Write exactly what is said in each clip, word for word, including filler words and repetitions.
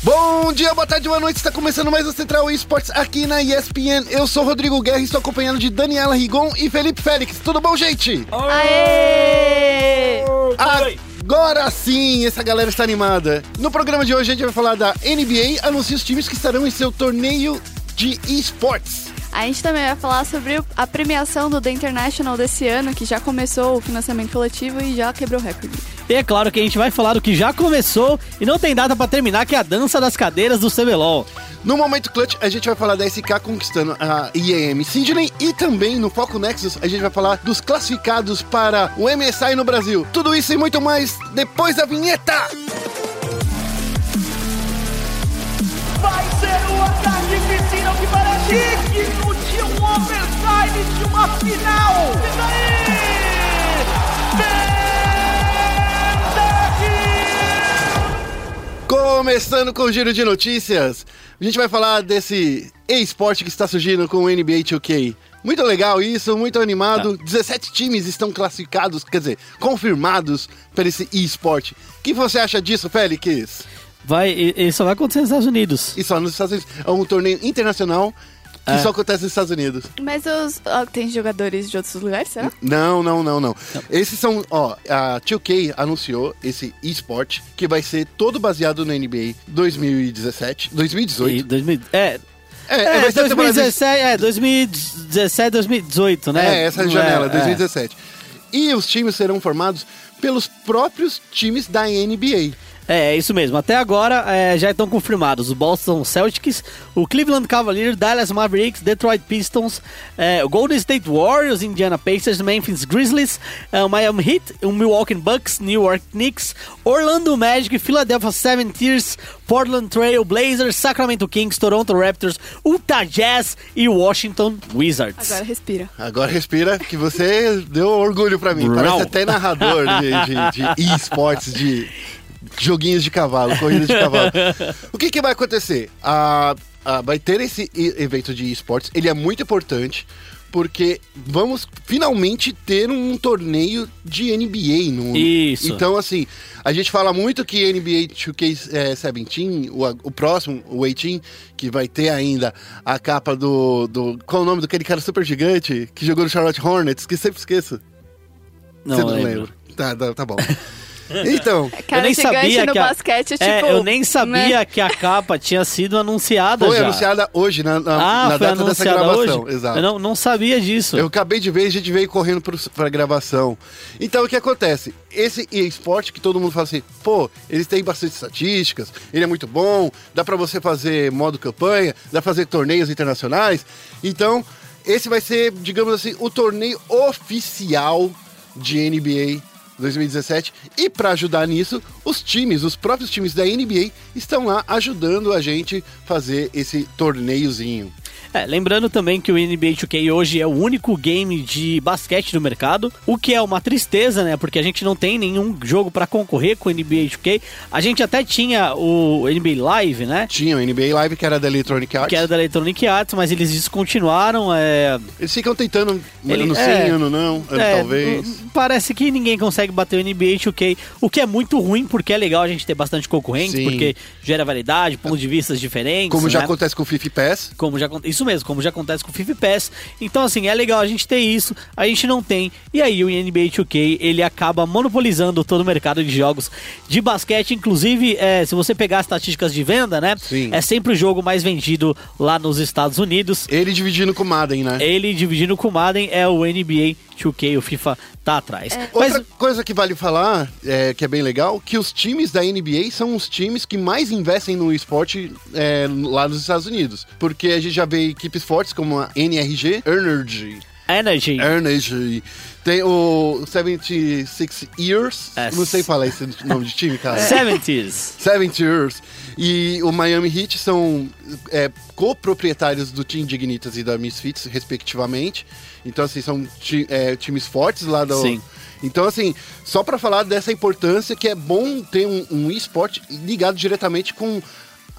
Bom dia, boa tarde, boa noite, está começando mais o Central Esports aqui na E S P N. Eu sou Rodrigo Guerra e estou acompanhado de Daniela Rigon e Felipe Félix. Tudo bom, gente? Aê! Agora sim, essa galera está animada. No programa de hoje a gente vai falar da N B A, anuncia os times que estarão em seu torneio de esportes. A gente também vai falar sobre a premiação do The International desse ano, que já começou o financiamento coletivo e já quebrou o recorde. E é claro que a gente vai falar do que já começou e não tem data pra terminar, que é a dança das cadeiras do C B L O L. No Momento Clutch, a gente vai falar da S K conquistando a I A M Sydney e também no Foco Nexus a gente vai falar dos classificados para o M S I no Brasil. Tudo isso e muito mais depois da vinheta! Vai ser um ataque piscina que parece digno de um overtime de uma final! E daí? Começando com o giro de notícias, a gente vai falar desse e-sport que está surgindo com o N B A dois K. Muito legal isso, muito animado. Tá. dezessete times estão classificados, quer dizer, confirmados para esse e-sport. O que você acha disso, Félix? Vai, ele só vai acontecer nos Estados Unidos. E só nos Estados Unidos. É um torneio internacional que é. só acontece nos Estados Unidos. Mas os, ó, tem jogadores de outros lugares, será? Não, não, não, não. não. Esses são, ó, a dois K anunciou esse eSport que vai ser todo baseado no N B A dois mil e dezessete, dois mil e dezoito. E dois mil, é, é, é, vai ser dois mil e dezessete, é, dois mil e dezessete, dois mil e dezoito, né? É, essa janela, é, dois mil e dezessete. É. E os times serão formados pelos próprios times da N B A. É, é isso mesmo. Até agora é, já estão confirmados o Boston Celtics, o Cleveland Cavaliers, Dallas Mavericks, Detroit Pistons, é, o Golden State Warriors, Indiana Pacers, Memphis Grizzlies, é, o Miami Heat, o Milwaukee Bucks, New York Knicks, Orlando Magic, Philadelphia seventy-sixers, Portland Trail Blazers, Sacramento Kings, Toronto Raptors, Utah Jazz e Washington Wizards. Agora respira. Agora respira, que você deu orgulho pra mim. Parece até narrador de, de, de e-sports, de... joguinhos de cavalo, corrida de cavalo. O que, que vai acontecer? Ah, ah, vai ter esse evento de esportes, ele é muito importante, porque vamos finalmente ter um torneio de N B A no mundo. Isso. Então, assim, a gente fala muito que N B A dois K dezessete, o, o próximo, o dezoito, que vai ter ainda a capa do, do... Qual é o nome daquele cara super gigante que jogou no Charlotte Hornets, que sempre esqueço? Não, Você não lembro. lembra? Tá, tá, tá bom. Então, cara, eu nem sabia no que a, basquete, tipo, é, eu nem sabia né? que a capa tinha sido anunciada foi já. anunciada hoje, na, na, ah, na foi data dessa gravação. Hoje? Exato. Eu não, não sabia disso. Eu acabei de ver, a gente veio correndo para a gravação. Então, o que acontece? Esse eSport que todo mundo fala assim, pô, eles têm bastante estatísticas, ele é muito bom, dá para você fazer modo campanha, dá para fazer torneios internacionais. Então, esse vai ser, digamos assim, o torneio oficial de N B A dois mil e dezessete, e para ajudar nisso, os times, os próprios times da N B A estão lá ajudando a gente fazer esse torneiozinho. É, lembrando também que o N B A dois K hoje é o único game de basquete do mercado, o que é uma tristeza, né? Porque a gente não tem nenhum jogo para concorrer com o N B A dois K. A gente até tinha o N B A Live, né? Tinha o N B A Live, que era da Electronic Arts. Que era da Electronic Arts, mas eles descontinuaram. É... Eles ficam tentando, Ele, ano é, sim, ano não, ano é, talvez. Parece que ninguém consegue bater o N B A dois K, o que é muito ruim, porque é legal a gente ter bastante concorrente, sim. Porque gera variedade, pontos de vista diferentes. Como né? já acontece com o FIFA Pass. Como já, isso mesmo, como já acontece com o FIFA Pass. Então, assim, é legal a gente ter isso, a gente não tem. E aí o N B A dois K, ele acaba monopolizando todo o mercado de jogos de basquete. Inclusive, é, se você pegar as estatísticas de venda, né? Sim. É sempre o jogo mais vendido lá nos Estados Unidos. Ele dividindo com o Madden, né? Ele dividindo com o Madden é o N B A dois K, o FIFA tá atrás. É. Mas... Outra coisa que vale falar, é, que é bem legal, que os times da N B A são os times que mais investem no esporte é, lá nos Estados Unidos. Porque a gente já vê equipes fortes como a N R G, Energy. Energy. Energy. Tem o setenta e seis Years. É. Não sei falar esse nome de time, cara. seventies. setenta Years. E o Miami Heat são é, coproprietários do Team Dignitas e da Misfits, respectivamente. Então, assim, são ti, é, times fortes lá do... Sim. Então, assim, só pra falar dessa importância que é bom ter um, um esporte ligado diretamente com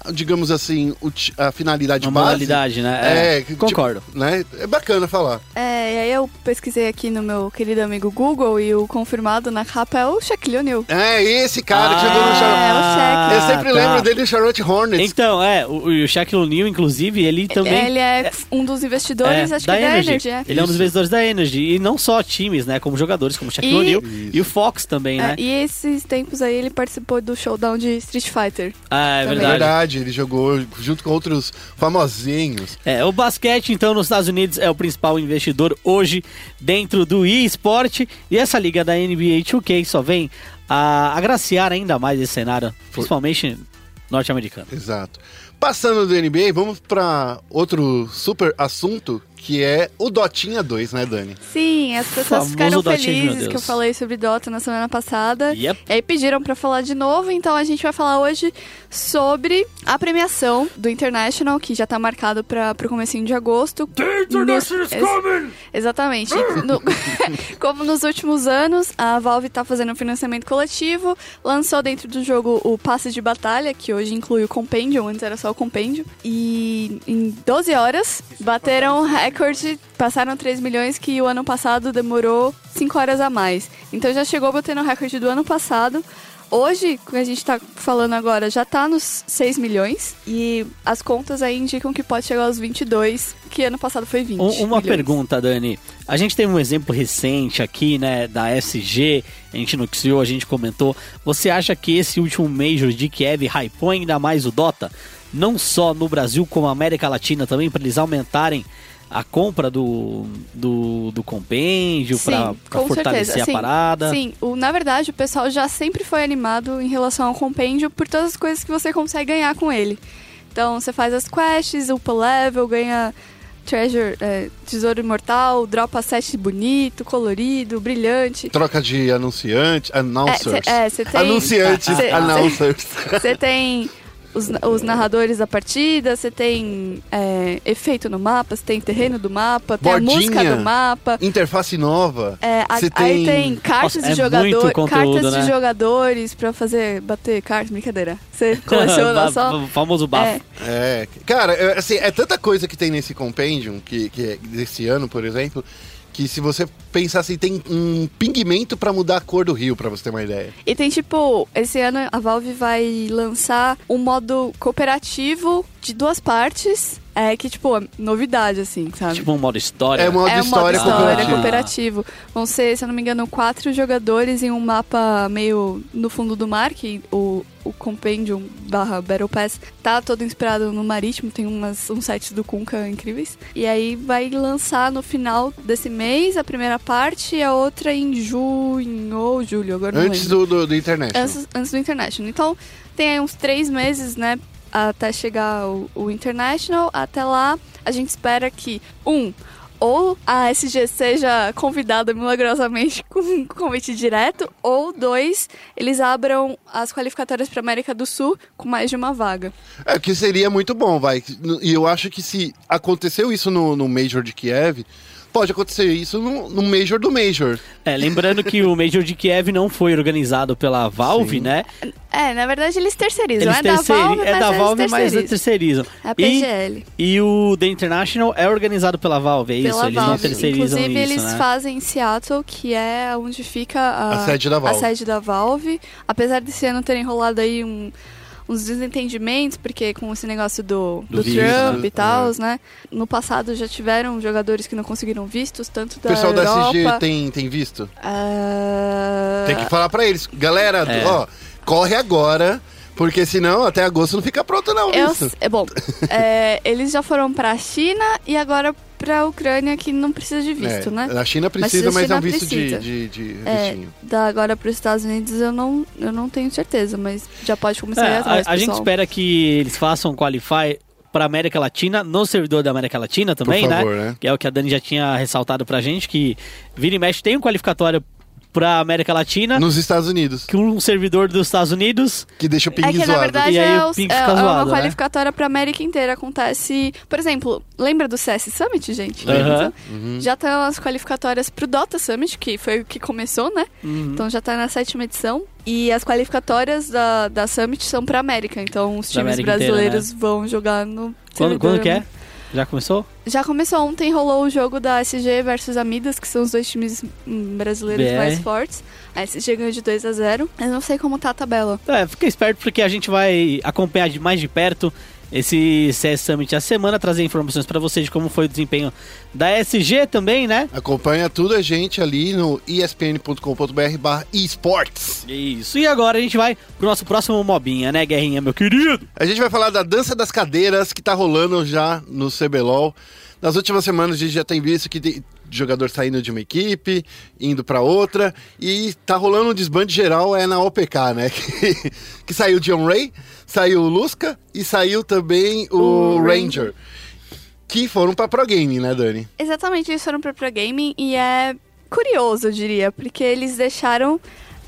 digamos assim, o, a finalidade Uma base. modalidade, né? É, tipo, concordo. Né? É bacana falar. É, e aí eu pesquisei aqui no meu querido amigo Google e o confirmado na capa é o Shaquille O'Neal. É, esse cara Ah, que jogou no Charlotte. É, o Shaq. Eu sempre tá. lembro dele no Charlotte Hornets. Então, é, o, o Shaquille O'Neal, inclusive, ele também... Ele é um dos investidores, acho que é da Energy. é. Ele é um dos investidores da Energy. E não só times, né? Como jogadores, como o Shaquille E- O'Neal. Isso. E o Fox também, né? É, e esses tempos aí ele participou do showdown de Street Fighter. Ah, é também. verdade. Verdade, ele jogou junto com outros famosinhos. É, o basquete, então, nos Estados Unidos é o principal investidor hoje dentro do eSport. E essa liga da N B A dois K só vem a agraciar ainda mais esse cenário, principalmente norte-americano. Exato. Passando do N B A, vamos para outro super assunto, que é o Dotinha dois, né, Dani? Sim, as pessoas Famoso ficaram Dotinha, meu felizes Deus. que eu falei sobre Dota na semana passada. Yep. E aí pediram pra falar de novo, então a gente vai falar hoje sobre a premiação do International, que já tá marcado para pro comecinho de agosto. The International is coming! Exatamente. No- Como nos últimos anos, a Valve tá fazendo um financiamento coletivo, lançou dentro do jogo o passe de batalha, que hoje inclui o Compendium, antes era só o Compendium, e em doze horas bateram o recorde, passaram três milhões, que o ano passado demorou cinco horas a mais. Então já chegou batendo o recorde do ano passado. Hoje, que a gente tá falando agora, já tá nos seis milhões. E as contas aí indicam que pode chegar aos vinte e dois, que ano passado foi vinte Um- uma milhões. pergunta, Dani. A gente teve um exemplo recente aqui, né, da S G, a gente noticiou, a gente comentou. Você acha que esse último Major de Kiev hypou ainda mais o Dota? Não só no Brasil, como na América Latina também, para eles aumentarem a compra do, do, do compêndio, para com fortalecer certeza. a Sim, parada? Sim, o, na verdade o pessoal já sempre foi animado em relação ao compêndio por todas as coisas que você consegue ganhar com ele. Então você faz as quests, upa level, ganha treasure, é, tesouro imortal, dropa set bonito, colorido, brilhante. Troca de anunciante, announcers. É, você tem... Anunciantes, cê- announcers. Você tem os, os narradores da partida, você tem é, efeito no mapa, você tem terreno do mapa, tem Bordinha. a música do mapa. Interface nova. É, a- Você Aí tem... tem cartas Nossa, de é jogador, muito conteúdo, cartas né? de jogadores pra fazer bater cartas, brincadeira. Você coleciona só. O famoso bafo. É, É, cara, é, assim, é tanta coisa que tem nesse Compendium, que, que é desse ano, por exemplo, que se você pensar assim, tem um pigmento pra mudar a cor do rio, pra você ter uma ideia. E tem tipo, esse ano a Valve vai lançar um modo cooperativo de duas partes. É que, tipo, é novidade, assim, sabe? Tipo um modo história. É uma É um modo história história cooperativa. cooperativo. Vão ser, se eu não me engano, quatro jogadores em um mapa meio no fundo do mar, que o, o Compendium barra Battle Pass tá todo inspirado no marítimo, tem umas, uns sites do Kunkka incríveis. E aí vai lançar no final desse mês a primeira parte e a outra em junho ou julho, agora não Antes lembro. do, do, do International. Antes, antes do International. Então, tem aí uns três meses, né, até chegar o, o International. Até lá, a gente espera que, um, ou a S G seja convidada milagrosamente com um convite direto, ou dois, eles abram as qualificatórias para América do Sul com mais de uma vaga. É, que seria muito bom, vai. E eu acho que se aconteceu isso no, no Major de Kiev, pode acontecer isso no, no Major do Major. É, lembrando que o Major de Kiev não foi organizado pela Valve, Sim. né? É, na verdade eles terceirizam. Eles é da terceiri- Valve, é mas da eles Valve, mas eles terceirizam. terceirizam. É a P G L. E, e o The International é organizado pela Valve, é isso? Pela Eles não Valve. terceirizam Inclusive, isso, eles né? fazem em Seattle, que é onde fica a, A sede da Valve. a sede da Valve. Apesar desse ano terem rolado aí um, uns desentendimentos, porque com esse negócio do, Do do, visto, Trump né? e tal, É. né? No passado já tiveram jogadores que não conseguiram vistos, tanto O da pessoal Europa... da S G tem, tem visto? Ah, Tem que falar pra eles. Galera, É. ó, corre agora, porque senão até agosto não fica pronto não, eu, visto. é bom, é, eles já foram pra China e agora pra Ucrânia, que não precisa de visto, É, né? A China precisa, Mas a mas, é China um visto de, precisa. de, de É, vistinho. da agora para os Estados Unidos eu não, eu não tenho certeza, mas já pode começar a ir É, atrás, a, a gente pessoal. espera que eles façam Qualify para América Latina, no servidor da América Latina também, Por favor, né? né? Que é o que a Dani já tinha ressaltado pra gente, que vira e mexe tem um qualificatório pra América Latina. Nos Estados Unidos. Que um servidor dos Estados Unidos... Que deixa o ping é que, zoado. na verdade, E aí é, o os- ping é, fica é zoado, uma né? qualificatória pra América inteira. Acontece... Por exemplo, lembra do C S Summit, gente? Aham. Uhum. Já estão as qualificatórias pro Dota Summit, que foi o que começou, né? Uhum. Então já tá na sétima edição. E as qualificatórias da, da Summit são pra América. Então os Da times América inteira, brasileiros vão jogar no... Quando, servidor. quando que é? Já começou? Já começou ontem, rolou o jogo da S G versus Amidas, que são os dois times hum, brasileiros B R. mais fortes. A S G ganhou de dois a zero. Eu não sei como tá a tabela. É, fica esperto porque a gente vai acompanhar de mais de perto esse C S Summit a semana, trazer informações pra vocês de como foi o desempenho da S G também, né? Acompanha tudo a gente ali no e s p n ponto com ponto b r barra esportes. Isso, e agora a gente vai pro nosso próximo mobinha, né, Guerrinha, meu querido? A gente vai falar da dança das cadeiras que tá rolando já no C B L O L. Nas últimas semanas a gente já tem visto que tem jogador saindo de uma equipe, indo pra outra, e tá rolando um desbande geral é na O P K, né? Que, que saiu o John Ray, saiu o Lusca e saiu também o, O Ranger. Ranger. Que foram pra Pro Gaming, né, Dani? Exatamente, eles foram pro Pro Gaming e é curioso, eu diria, porque eles deixaram...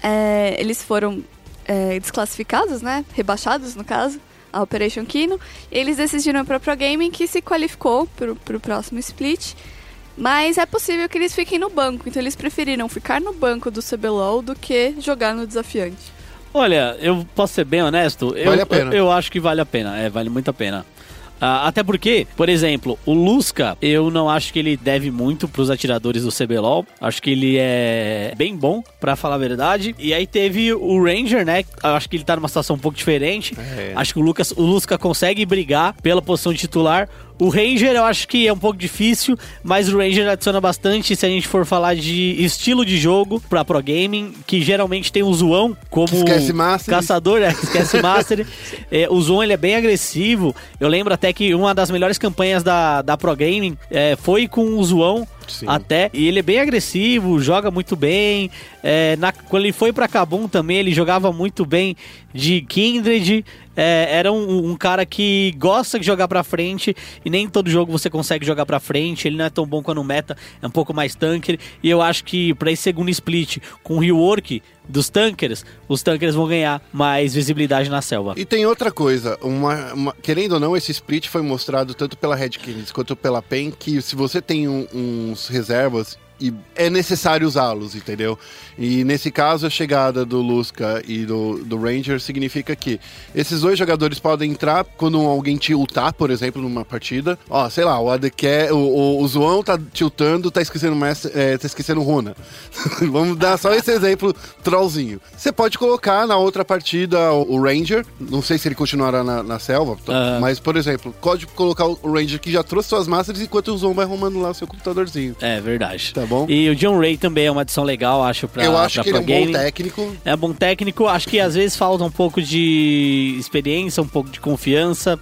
é, eles foram é, desclassificados, né? Rebaixados, no caso, a Operation Kino. E eles decidiram para Pro Gaming, que se qualificou pro, pro próximo split. Mas é possível que eles fiquem no banco, então eles preferiram ficar no banco do C B L O L do que jogar no desafiante. Olha, eu posso ser bem honesto, eu, Vale a pena. eu, eu acho que vale a pena, é, vale muito a pena. Ah, até porque, por exemplo, o Lusca, eu não acho que ele deve muito pros atiradores do C B L O L. Acho que ele é bem bom, pra falar a verdade. E aí teve o Ranger, né? Eu acho que ele tá numa situação um pouco diferente. É. Acho que o, Lucas, o Lusca consegue brigar pela posição de titular. O Ranger eu acho que é um pouco difícil, mas o Ranger adiciona bastante se a gente for falar de estilo de jogo pra Pro Gaming, que geralmente tem o Zoão como Esquece Mastery. caçador, né? Esquece Mastery. É, o Zoão ele é bem agressivo. Eu lembro até que uma das melhores campanhas da, da Pro Gaming é, foi com o Zoão. Sim. Até, e ele é bem agressivo, joga muito bem. É, na, quando ele foi pra Kabum também, ele jogava muito bem de Kindred. É, era um, um cara que gosta de jogar pra frente, e nem todo jogo você consegue jogar pra frente. Ele não é tão bom quando o meta é um pouco mais tanker. E eu acho que pra esse segundo split, com o rework dos tankers, os tankers vão ganhar mais visibilidade na selva. E tem outra coisa, uma, uma- querendo ou não, esse split foi mostrado tanto pela Red Kings quanto pela P E N, que se você tem um- uns reservas, e é necessário usá-los, entendeu? E nesse caso, a chegada do Lusca e do, do Ranger significa que esses dois jogadores podem entrar quando alguém tiltar, por exemplo, numa partida. Ó, sei lá, o A D Q, o, o, o Zoão tá tiltando, tá esquecendo, mestre, é, tá esquecendo runa. Vamos dar só esse exemplo trollzinho. Você pode colocar na outra partida o, o Ranger, não sei se ele continuará na, na selva, t- Aham. mas, por exemplo, pode colocar o Ranger que já trouxe suas masters enquanto o Zoão vai arrumando lá o seu computadorzinho. É verdade. Tá bom? E o John Ray também é uma adição legal, acho, pra Eu acho pra que ele é um Pro bom Gaming. técnico. É um bom técnico, acho que às vezes falta um pouco de experiência, um pouco de confiança,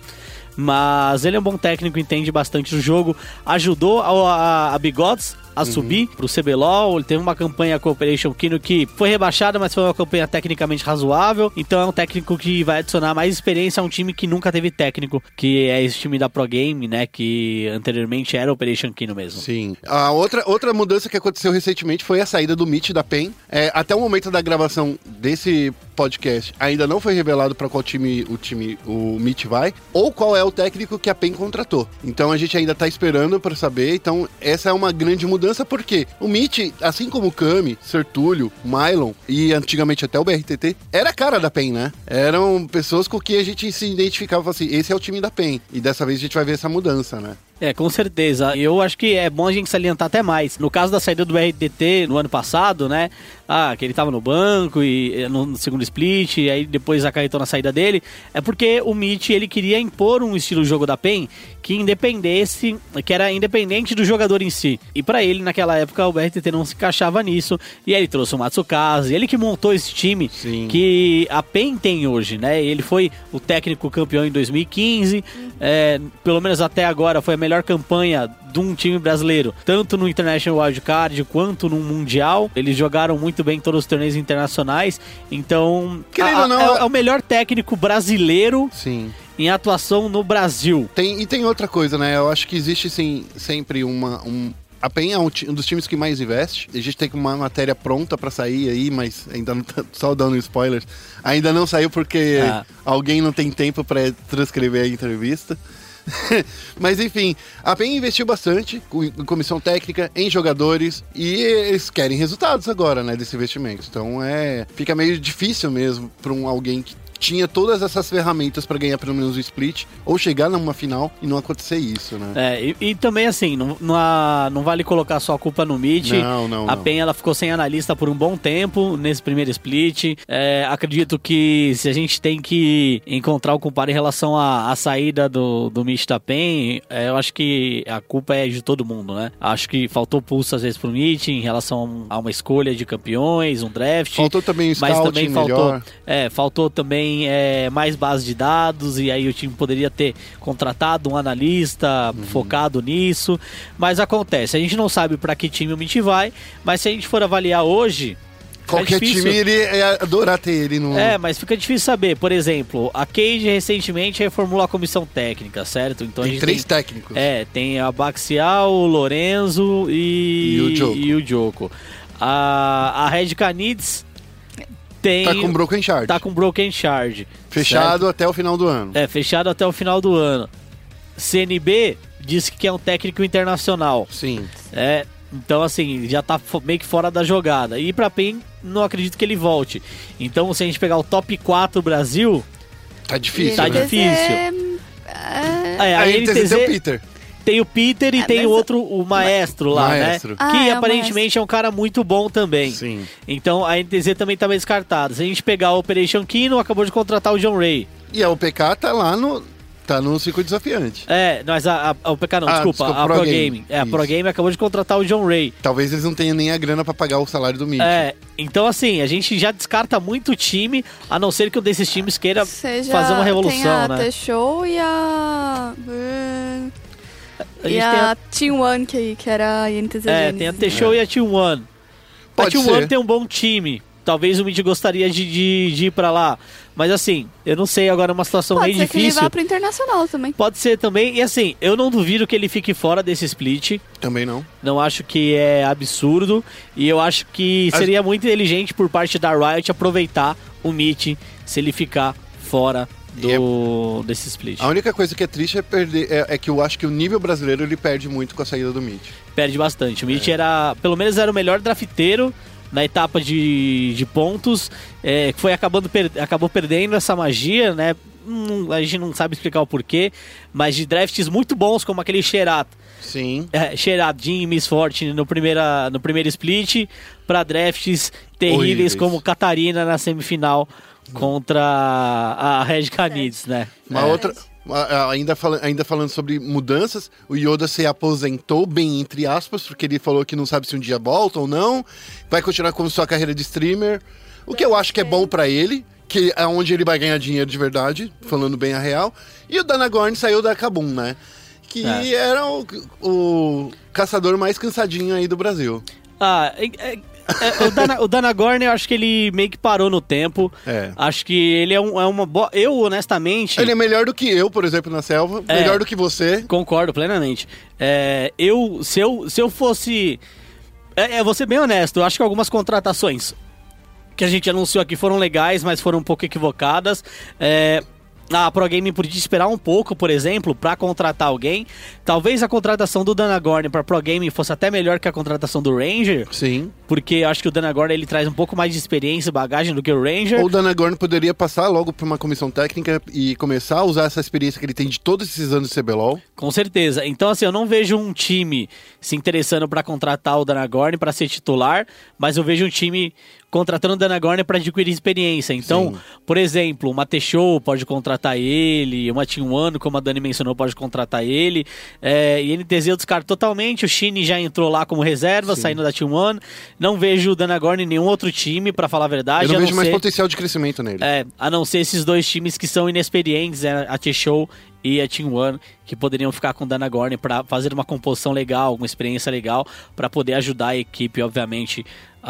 mas ele é um bom técnico, entende bastante do jogo, ajudou a, a, a Bigods a subir pro C B L O L, ele teve uma campanha com a Operation Kino que foi rebaixada, mas foi uma campanha tecnicamente razoável, então é um técnico que vai adicionar mais experiência a um time que nunca teve técnico, que é esse time da Pro Game, né, que anteriormente era a Operation Kino mesmo. Sim. A outra, outra mudança que aconteceu recentemente foi a saída do Meet da P E N. É, até o momento da gravação desse podcast, ainda não foi revelado para qual time o time o Meet vai, ou qual é o técnico que a P E N contratou. Então a gente ainda tá esperando para saber. Então essa é uma grande mudança, porque o Meet, assim como o Kami, Sertúlio, Mylon e antigamente até o B R T T, era a cara da P E N, né? Eram pessoas com quem a gente se identificava assim, esse é o time da P E N. E dessa vez a gente vai ver essa mudança, né? É, com certeza. Eu acho que é bom a gente salientar até mais. No caso da saída do R T T no ano passado, né? Ah, que ele tava no banco e no, no segundo split, e aí depois acarretou na saída dele. É porque o Mitch, ele queria impor um estilo de jogo da P E N que independesse, que era independente do jogador em si. E pra ele, naquela época, o R T T não se encaixava nisso. E aí ele trouxe o Matsukaze, ele que montou esse time Sim. que a P E N tem hoje, né? Ele foi o técnico campeão em dois mil e quinze, é, pelo menos até agora foi a melhor campanha de um time brasileiro, tanto no International Wildcard quanto no Mundial. Eles jogaram muito bem em todos os torneios internacionais, então Querendo a- ou não, é, é o melhor técnico brasileiro Sim. em atuação no Brasil. Tem, e tem outra coisa, né? Eu acho que existe sim, sempre uma, um, a PEN é um, um dos times que mais investe. A gente tem uma matéria pronta pra sair aí, mas ainda não tá, só dando spoilers, ainda não saiu porque ah. alguém não tem tempo pra transcrever a entrevista. Mas enfim, a PEN investiu bastante em comissão técnica, em jogadores, e eles querem resultados agora, né, desse investimento. Então é, fica meio difícil mesmo para um alguém que tinha todas essas ferramentas para ganhar pelo menos o split, ou chegar numa final e não acontecer isso, né? É, e, e também assim, não, não, há, não vale colocar só a culpa no Meet. Não, não, a não. PEN, ela ficou sem analista por um bom tempo nesse primeiro split. É, acredito que se a gente tem que encontrar o culpado em relação à, à saída do, do Meet da PEN, é, eu acho que a culpa é de todo mundo, né? Acho que faltou pulso às vezes pro Meet em relação a uma escolha de campeões, um draft. Faltou também o scouting mas também faltou, melhor. É, faltou também É, mais base de dados, e aí o time poderia ter contratado um analista uhum. focado nisso, mas acontece, a gente não sabe para que time o Meet vai, mas se a gente for avaliar hoje, qualquer é time ele é adorar ter ele no... É, mas fica difícil saber. Por exemplo, a Cade recentemente reformulou a comissão técnica, certo? Então tem a gente três tem, técnicos. É, tem a Baxial, o Lorenzo e, e o Joko. E o Joko. A, a Red Canids tem, tá com Broken Shard. Tá com Broken Shard. Fechado certo? até o final do ano. É, fechado até o final do ano. C N B disse que é um técnico internacional. Sim. É, então, assim, já tá meio que fora da jogada. E pra PEN, não acredito que ele volte. Então, se a gente pegar o top quatro Brasil... Tá difícil, Tá né? difícil. É... É, a, a N T Z tem o Peter. Tem o Peter e é, tem mas... o outro, o Maestro lá, Maestro. né? Ah, que é, aparentemente é um cara muito bom também. Sim. Então, a N T Z também tá meio descartada. Se a gente pegar a Operation Kino, acabou de contratar o John Ray. E a O P K tá lá no... Tá no circuito desafiante. É, mas a, a, a O P K não, Ah, desculpa, desculpa, a Pro Pro Game. Game. É, a Isso. Pro Game acabou de contratar o John Ray. Talvez eles não tenham nem a grana pra pagar o salário do Meet. É, então assim, a gente já descarta muito time, a não ser que um desses times queira Seja, fazer uma revolução, tem a né? T-Show e a... A e gente a, tem a, Team One, que, que era a N T Z é, Genesis. tem a T-Show É. e a Team One. Pode a Team ser. One tem um bom time. Talvez o Mid gostaria de, de, de ir pra lá. Mas assim, eu não sei, agora é uma situação Pode meio ser que ele difícil. vá pro Internacional também. Pode ser também. E assim, eu não duvido que ele fique fora desse split. Também não. Não acho que é absurdo. E eu acho que As... seria muito inteligente por parte da Riot aproveitar o Meet se ele ficar fora do, é... desse split. A única coisa que é triste é, perder, é, é que eu acho que o nível brasileiro ele perde muito com a saída do Meet. Perde bastante. O Meet É. era, pelo menos era o melhor drafteiro na etapa de, de pontos, é, que foi acabando per, acabou perdendo essa magia, né? Hum, a gente não sabe explicar o porquê, mas de drafts muito bons, como aquele Xerath. Sim. É, Xerath, Jin e Miss Fortune no, primeira, no primeiro split, para drafts terríveis Horríveis. como Catarina na semifinal contra a Red Canids, né? Uma É. outra... Ainda, fala, ainda falando sobre mudanças, o Yoda se aposentou, bem entre aspas, porque ele falou que não sabe se um dia volta ou não, vai continuar com sua carreira de streamer, o que eu acho que é bom pra ele, que é onde ele vai ganhar dinheiro de verdade, falando bem a real. E o Danagorn saiu da Kabum, né? Que É. era o, o caçador mais cansadinho aí do Brasil. Ah, é, é, é, o, Dana, o Danagorn, eu acho que ele meio que parou no tempo. É. Acho que ele é, um, é uma boa... Eu, honestamente... Ele é melhor do que eu, por exemplo, na selva, É. melhor do que você. Concordo plenamente. É, eu, se eu, se eu fosse... É, é, vou ser bem honesto, eu acho que algumas contratações que a gente anunciou aqui foram legais, mas foram um pouco equivocadas. É... A Pro Game podia esperar um pouco, por exemplo, pra contratar alguém. Talvez a contratação do Danagorn pra Pro Game fosse até melhor que a contratação do Ranger, Sim. porque eu acho que o Danagorn ele traz um pouco mais de experiência e bagagem do que o Ranger. Ou o Danagorn poderia passar logo por uma comissão técnica e começar a usar essa experiência que ele tem de todos esses anos de C B L O L. Com certeza. Então, assim, eu não vejo um time se interessando pra contratar o Danagorn pra ser titular, mas eu vejo um time contratando o Danagorn para adquirir experiência. Então, Sim. por exemplo, uma T-Show pode contratar ele, uma Team One, como a Dani mencionou, pode contratar ele. É, e N T Z eu descarto totalmente. O Shine já entrou lá como reserva, Sim. saindo da Team One. Não vejo o Danagorn em nenhum outro time, para falar a verdade. Eu não a vejo não mais ser, potencial de crescimento nele. é, a não ser esses dois times que são inexperientes, né? A T-Show e a Team One, que poderiam ficar com o Danagorn para fazer uma composição legal, uma experiência legal, para poder ajudar a equipe, obviamente,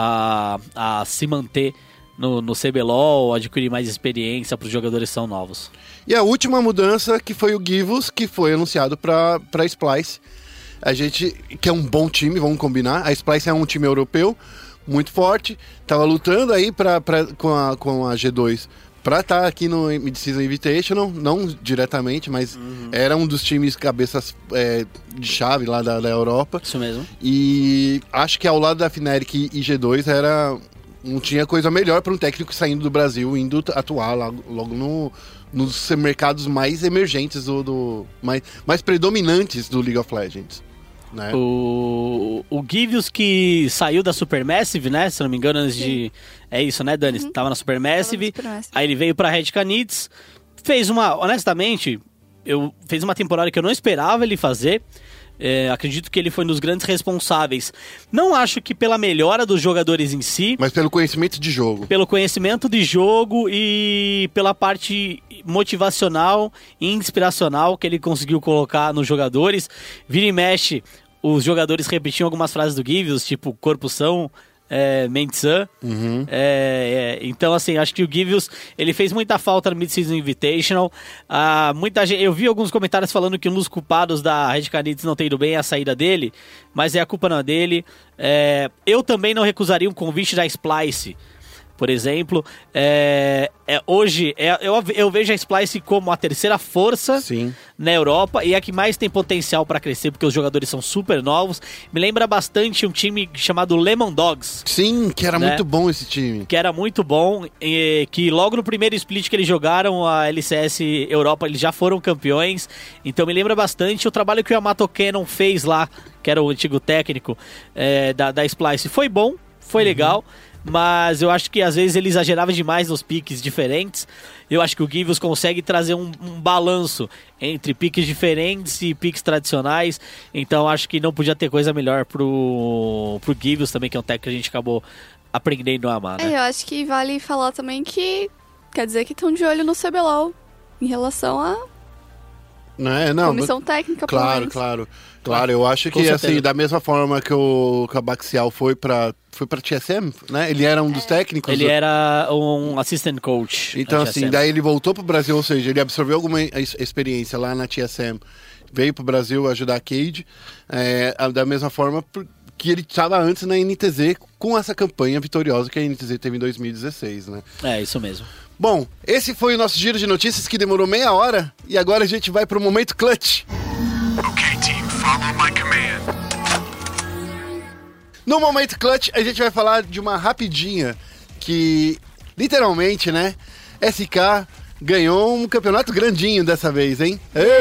a, a se manter no, no C B L O L, adquirir mais experiência para os jogadores que são novos. E a última mudança que foi o Givus, que foi anunciado para Splice. A gente, que é um bom time, vamos combinar. A Splice é um time europeu, muito forte. Tava lutando aí pra, pra, com, a, com a G dois pra estar tá aqui no Mid-Season Invitational, não diretamente, mas uhum. era um dos times cabeças é, de chave lá da, da Europa. Isso mesmo. E acho que ao lado da Fnatic e G dois era... Não tinha coisa melhor para um técnico saindo do Brasil, indo atuar logo, logo no, nos mercados mais emergentes, do, do mais, mais predominantes do League of Legends. Né? O, o Givius que saiu da Supermassive, né? Se não me engano, antes Sim. de... É isso, né, Dani? Uhum. Tava na Supermassive, Supermassive. Aí ele veio pra Red Canids, fez uma... Honestamente, eu fez uma temporada que eu não esperava ele fazer. É, acredito que ele foi um dos grandes responsáveis. Não acho que pela melhora dos jogadores em si, mas pelo conhecimento de jogo. Pelo conhecimento de jogo e pela parte motivacional e inspiracional que ele conseguiu colocar nos jogadores. Vira e mexe, os jogadores repetiam algumas frases do Givius, tipo corpo são, é, mente sã. Uhum. É, é, então, assim, acho que o Givius ele fez muita falta no Mid-Season Invitational. Ah, muita gente, eu vi alguns comentários falando que um dos culpados da Red Canids não ter ido bem é a saída dele, mas é a culpa não é dele. É, eu também não recusaria um convite da Splice, por exemplo. É, é, hoje, é, eu, eu vejo a Splice como a terceira força Sim. na Europa e é a que mais tem potencial para crescer, porque os jogadores são super novos. Me lembra bastante um time chamado Lemon Dogs. Sim, que era né? muito bom esse time. Que era muito bom, e que logo no primeiro split que eles jogaram, a L C S Europa, eles já foram campeões. Então me lembra bastante o trabalho que o Yamato Cannon fez lá, que era o antigo técnico é, da, da Splice. Foi bom, foi uhum. legal. Mas eu acho que às vezes ele exagerava demais nos piques diferentes. Eu acho que o Givius consegue trazer um, um balanço entre piques diferentes e piques tradicionais. Então acho que não podia ter coisa melhor pro, pro Givius também, que é um técnico que a gente acabou aprendendo a amar, né? É, eu acho que vale falar também que quer dizer que estão de olho no C B L O L em relação a não é, não, comissão técnica. Claro, claro. Claro, eu acho que assim, da mesma forma que o, que o Baxial foi pra, foi pra T S M, né? Ele era um dos técnicos. Ele do... era um assistant coach. Então assim, daí ele voltou pro Brasil, ou seja, ele absorveu alguma experiência lá na T S M, veio pro Brasil ajudar a Cade, é, da mesma forma que ele estava antes na N T Z com essa campanha vitoriosa que a N T Z teve em dois mil e dezesseis, né? É, isso mesmo. Bom, esse foi o nosso giro de notícias que demorou meia hora e agora a gente vai pro momento clutch. Okay, team, follow my command. No momento clutch, a gente vai falar de uma rapidinha que, literalmente, né, S K ganhou um campeonato grandinho dessa vez, hein?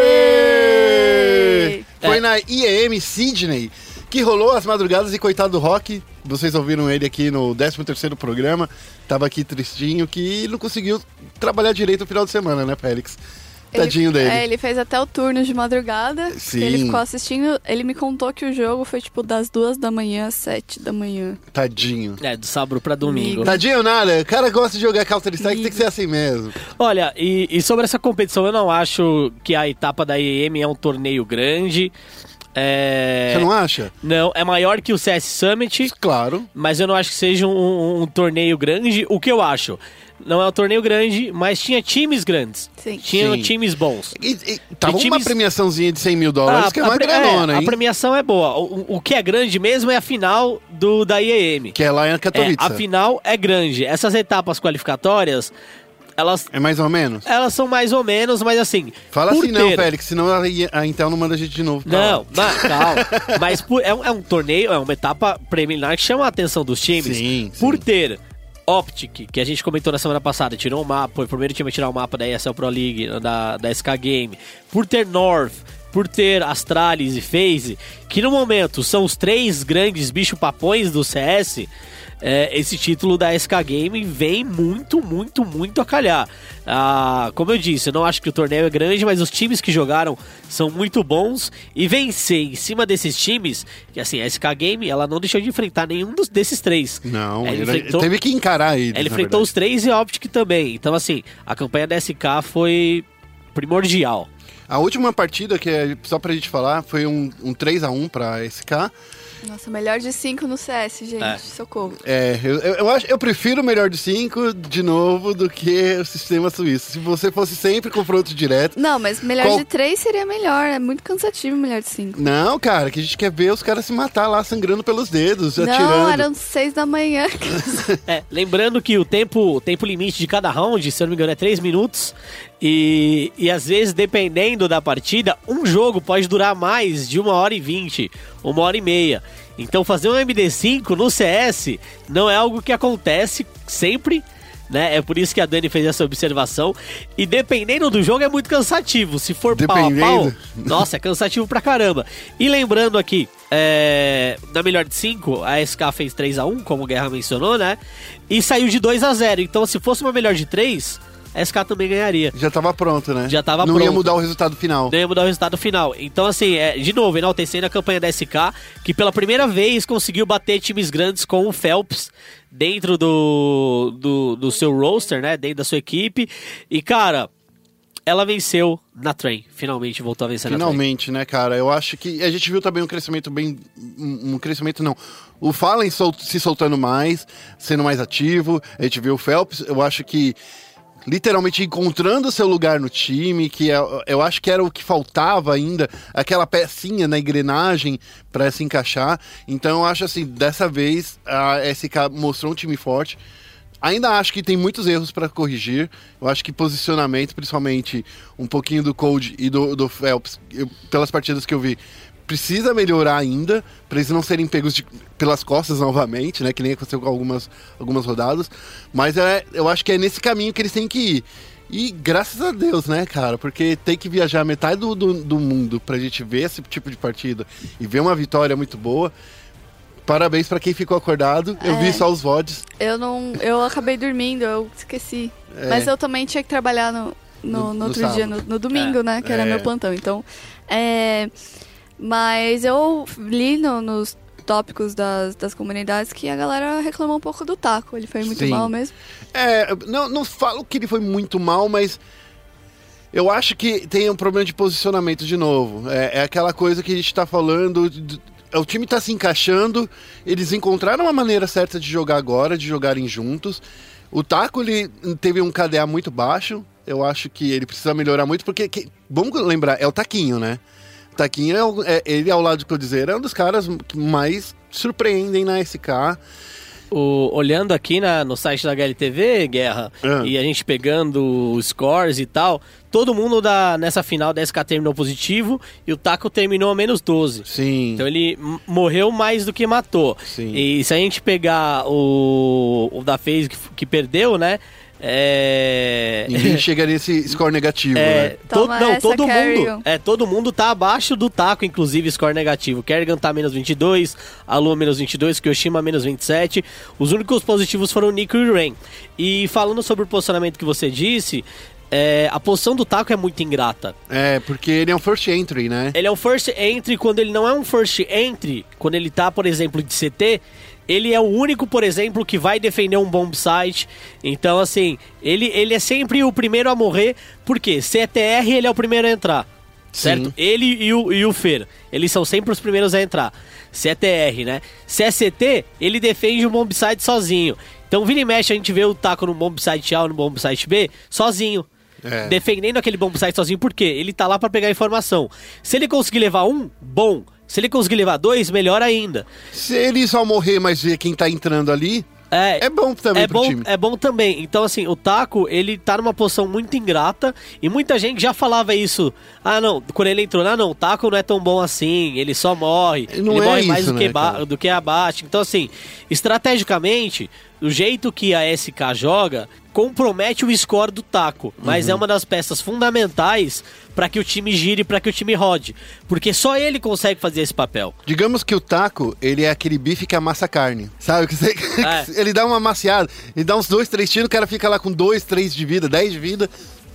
Êêêê! Foi é. na I E M Sydney, que rolou as madrugadas e coitado do Rock, vocês ouviram ele aqui no décimo terceiro programa, tava aqui tristinho, que não conseguiu trabalhar direito no final de semana, né, Félix? Tadinho ele, dele. É, ele fez até o turno de madrugada. Sim. Ele ficou assistindo. Ele me contou que o jogo foi tipo das duas da manhã às sete da manhã. Tadinho. É, do sábado pra domingo. Amigo. Tadinho nada. O cara gosta de jogar Counter-Strike, tem que ser assim mesmo. Olha, e, e sobre essa competição, eu não acho que a etapa da I E M é um torneio grande. É... Você não acha? Não, é maior que o C S Summit. Claro. Mas eu não acho que seja um, um, um torneio grande. O que eu acho? Não é um torneio grande, mas tinha times grandes. Sim. Tinha Sim. times bons. E, e, tava e times... uma premiaçãozinha de cem mil dólares, ah, que é uma a, granona, é, hein? A premiação é boa. O, o que é grande mesmo é a final do, da I E M. Que é lá em Katowice. É, a final é grande. Essas etapas qualificatórias... Elas, é mais ou menos? Elas são mais ou menos, mas assim... Fala assim ter... não, Félix, senão a, a Intel não manda a gente de novo. Não, não, calma. Mas por, é, um, é um torneio, é uma etapa preliminar que chama a atenção dos times. Sim, por sim. ter Optic, que a gente comentou na semana passada, tirou um mapa, foi o primeiro time a tirar o um mapa da E S L Pro League, da, da S K Game. Por ter North, por ter Astralis e FaZe, que no momento são os três grandes bicho-papões do C S... É, esse título da S K Game vem muito, muito, muito a calhar. Ah, como eu disse, eu não acho que o torneio é grande, mas os times que jogaram são muito bons. E vencer em cima desses times, que assim, a S K Game, ela não deixou de enfrentar nenhum dos, desses três. Não, ele ele enfrentou, teve que encarar eles. Ele enfrentou os três e a Optic também. Então assim, a campanha da S K foi primordial. A última partida, que é só pra gente falar, foi um, um três a um pra S K. Nossa, melhor de cinco no C S, gente. É. Socorro. É, eu, eu, eu, acho, eu prefiro o melhor de cinco, de novo, do que o sistema suíço. Se você fosse sempre confronto direto... Não, mas melhor Qual... de três seria melhor. É muito cansativo melhor de cinco. Não, cara, que a gente quer ver os caras se matar lá, sangrando pelos dedos, Não, atirando. eram seis da manhã. É, lembrando que o tempo, o tempo limite de cada round, se eu não me engano, é três minutos. E, e às vezes, dependendo da partida, um jogo pode durar mais de uma hora e vinte, uma hora e meia. Então fazer um M D cinco no C S não é algo que acontece sempre, né? É por isso que a Dani fez essa observação. E dependendo do jogo é muito cansativo. Se for pau a pau, nossa, é cansativo pra caramba. E lembrando aqui, é, na melhor de cinco, a S K fez três a um, como o Guerra mencionou, né? E saiu de dois a zero. Então se fosse uma melhor de três... a S K também ganharia. Já tava pronto, né? Já tava Não pronto. ia mudar o resultado final. Não ia mudar o resultado final. Então, assim, é, de novo, enaltecendo a campanha da S K, que pela primeira vez conseguiu bater times grandes com o Phelps dentro do, do, do seu roster, né? Dentro da sua equipe. E, cara, ela venceu na Train. Finalmente voltou a vencer Finalmente, na Train. né, cara? Eu acho que a gente viu também um crescimento bem... Um crescimento, não. O Fallen sol, se soltando mais, sendo mais ativo. A gente viu o Phelps. Eu acho que... literalmente encontrando seu lugar no time, que eu, eu acho que era o que faltava ainda, aquela pecinha na engrenagem para se encaixar. Então eu acho assim, dessa vez a S K mostrou um time forte. Ainda acho que tem muitos erros para corrigir. Eu acho que posicionamento, principalmente um pouquinho do Cold e do, do Phelps, eu, pelas partidas que eu vi, precisa melhorar ainda, para eles não serem pegos de, pelas costas novamente, né? Que nem aconteceu com algumas, algumas rodadas. Mas é, eu acho que é nesse caminho que eles têm que ir. E graças a Deus, né, cara? Porque tem que viajar metade do, do, do mundo pra gente ver esse tipo de partida e ver uma vitória muito boa. Parabéns pra quem ficou acordado. Eu É. vi só os V O Ds. Eu não. Eu acabei dormindo, eu esqueci. É. Mas eu também tinha que trabalhar no, no, No- no no outro sábado. dia, no, no domingo, É. né? Que era É. meu plantão. Então. É, mas eu li no- nos tópicos das, das comunidades que a galera reclamou um pouco do Taco. Ele foi muito Sim. mal mesmo. É, não, não falo que ele foi muito mal, mas eu acho que tem um problema de posicionamento de novo. É, é aquela coisa que a gente tá falando. de- O time tá se encaixando, eles encontraram uma maneira certa de jogar agora, de jogarem juntos. O Taco, ele teve um K D A muito baixo. Eu acho que ele precisa melhorar muito, porque, que- vamos lembrar, é o Taquinho, né? O Taquinho, é, o- é- ele ao lado de Codizeira, é um dos caras que mais surpreendem na S K. O, olhando aqui na, no site da H L T V, Guerra, Ah. e a gente pegando os scores e tal, todo mundo da, nessa final da S K terminou positivo e o Taco terminou a menos doze. Sim. Então ele m- morreu mais do que matou. Sim. E se a gente pegar o, o da FaZe que, que perdeu, né? É... Ninguém chega nesse score negativo, É, né? to- Toma não, essa, todo Kerrigan. mundo, é, todo mundo tá abaixo do Taco, inclusive score negativo. Kerrigan tá menos vinte e dois, a Lua menos vinte e dois, Kyoshima menos vinte e sete. Os únicos positivos foram o Nico e o Rain. E falando sobre o posicionamento que você disse, é, a posição do Taco é muito ingrata. É, porque ele é um first entry, né? Ele é um first entry quando ele não é um first entry, quando ele tá, por exemplo, de C T, ele é o único, por exemplo, que vai defender um bomb site. Então, assim, ele, ele é sempre o primeiro a morrer, porque C T R ele é o primeiro a entrar, certo? Sim. Ele e o, e o Fer, eles são sempre os primeiros a entrar. C T R, né? C S C T, ele defende um bomb site sozinho. Então, vira e mexe, a gente vê o Taco no bomb site A ou no bomb site B, sozinho. É. Defendendo aquele bomb site sozinho, por quê? Ele tá lá pra pegar informação. Se ele conseguir levar um, bom. Se ele conseguir levar dois, melhor ainda. Se ele só morrer, mas ver quem tá entrando ali, É, é bom também é pro bom, time. é bom também. Então, assim, o Taco, ele tá numa posição muito ingrata. E muita gente já falava isso. Ah, não, quando ele entrou, ah, não, o Taco não é tão bom assim. Ele só morre. Não ele é morre isso, mais do, né, que ba- cara? do que abate. Então, assim, estrategicamente, o jeito que a S K joga compromete o score do Taco. Mas Uhum. é uma das peças fundamentais para que o time gire, para que o time rode. Porque só ele consegue fazer esse papel. Digamos que o Taco, ele é aquele bife que amassa carne. Sabe? Que você- É. Ele dá uma amaciada, ele dá uns dois, três tiros, o cara fica lá com dois, três de vida, dez de vida.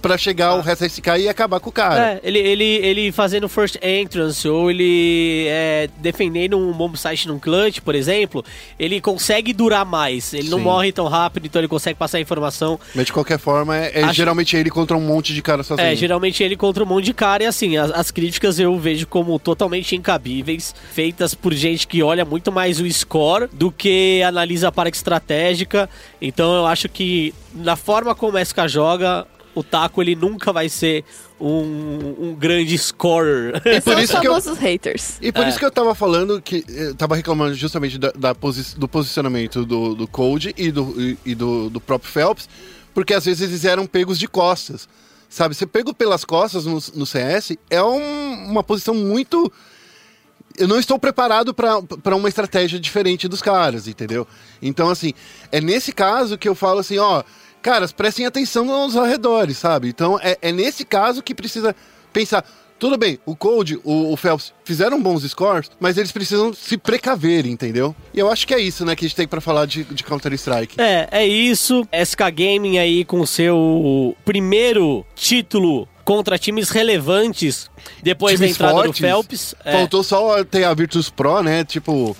pra chegar o resto S K e acabar com o cara. É, ele, ele, ele fazendo first entrance, ou ele é, defendendo um bomb site num clutch, por exemplo, ele consegue durar mais. Ele não Sim. morre tão rápido, então ele consegue passar a informação. Mas de qualquer forma, é, é Acho- geralmente ele contra um monte de cara sozinho. É, geralmente ele contra um monte de cara, e assim, as, as críticas eu vejo como totalmente incabíveis, feitas por gente que olha muito mais o score do que analisa a parte estratégica. Então eu acho que na forma como a S K joga, o Taco ele nunca vai ser um, um grande scorer. Esses por são os isso que eu- famosos haters. E por É. isso que eu tava falando que eu tava reclamando justamente da, da posi- do posicionamento do, do Cold e, do, e, e do, do próprio Phelps, porque às vezes eles eram pegos de costas. Sabe, ser pego pelas costas no, no C S é um- uma posição muito. Eu não estou preparado para uma estratégia diferente dos caras, entendeu? Então, assim, é nesse caso que eu falo assim, ó, caras, prestem atenção nos arredores, sabe? Então, é, é nesse caso que precisa pensar. Tudo bem, o Cold, o, o Phelps fizeram bons scores, mas eles precisam se precaver, entendeu? E eu acho que é isso, né, que a gente tem pra falar de, de Counter-Strike. É, é isso. S K Gaming aí com o seu primeiro título contra times relevantes depois Times da entrada fortes. do Phelps. É. Faltou só ter a Virtus Pro, né, tipo...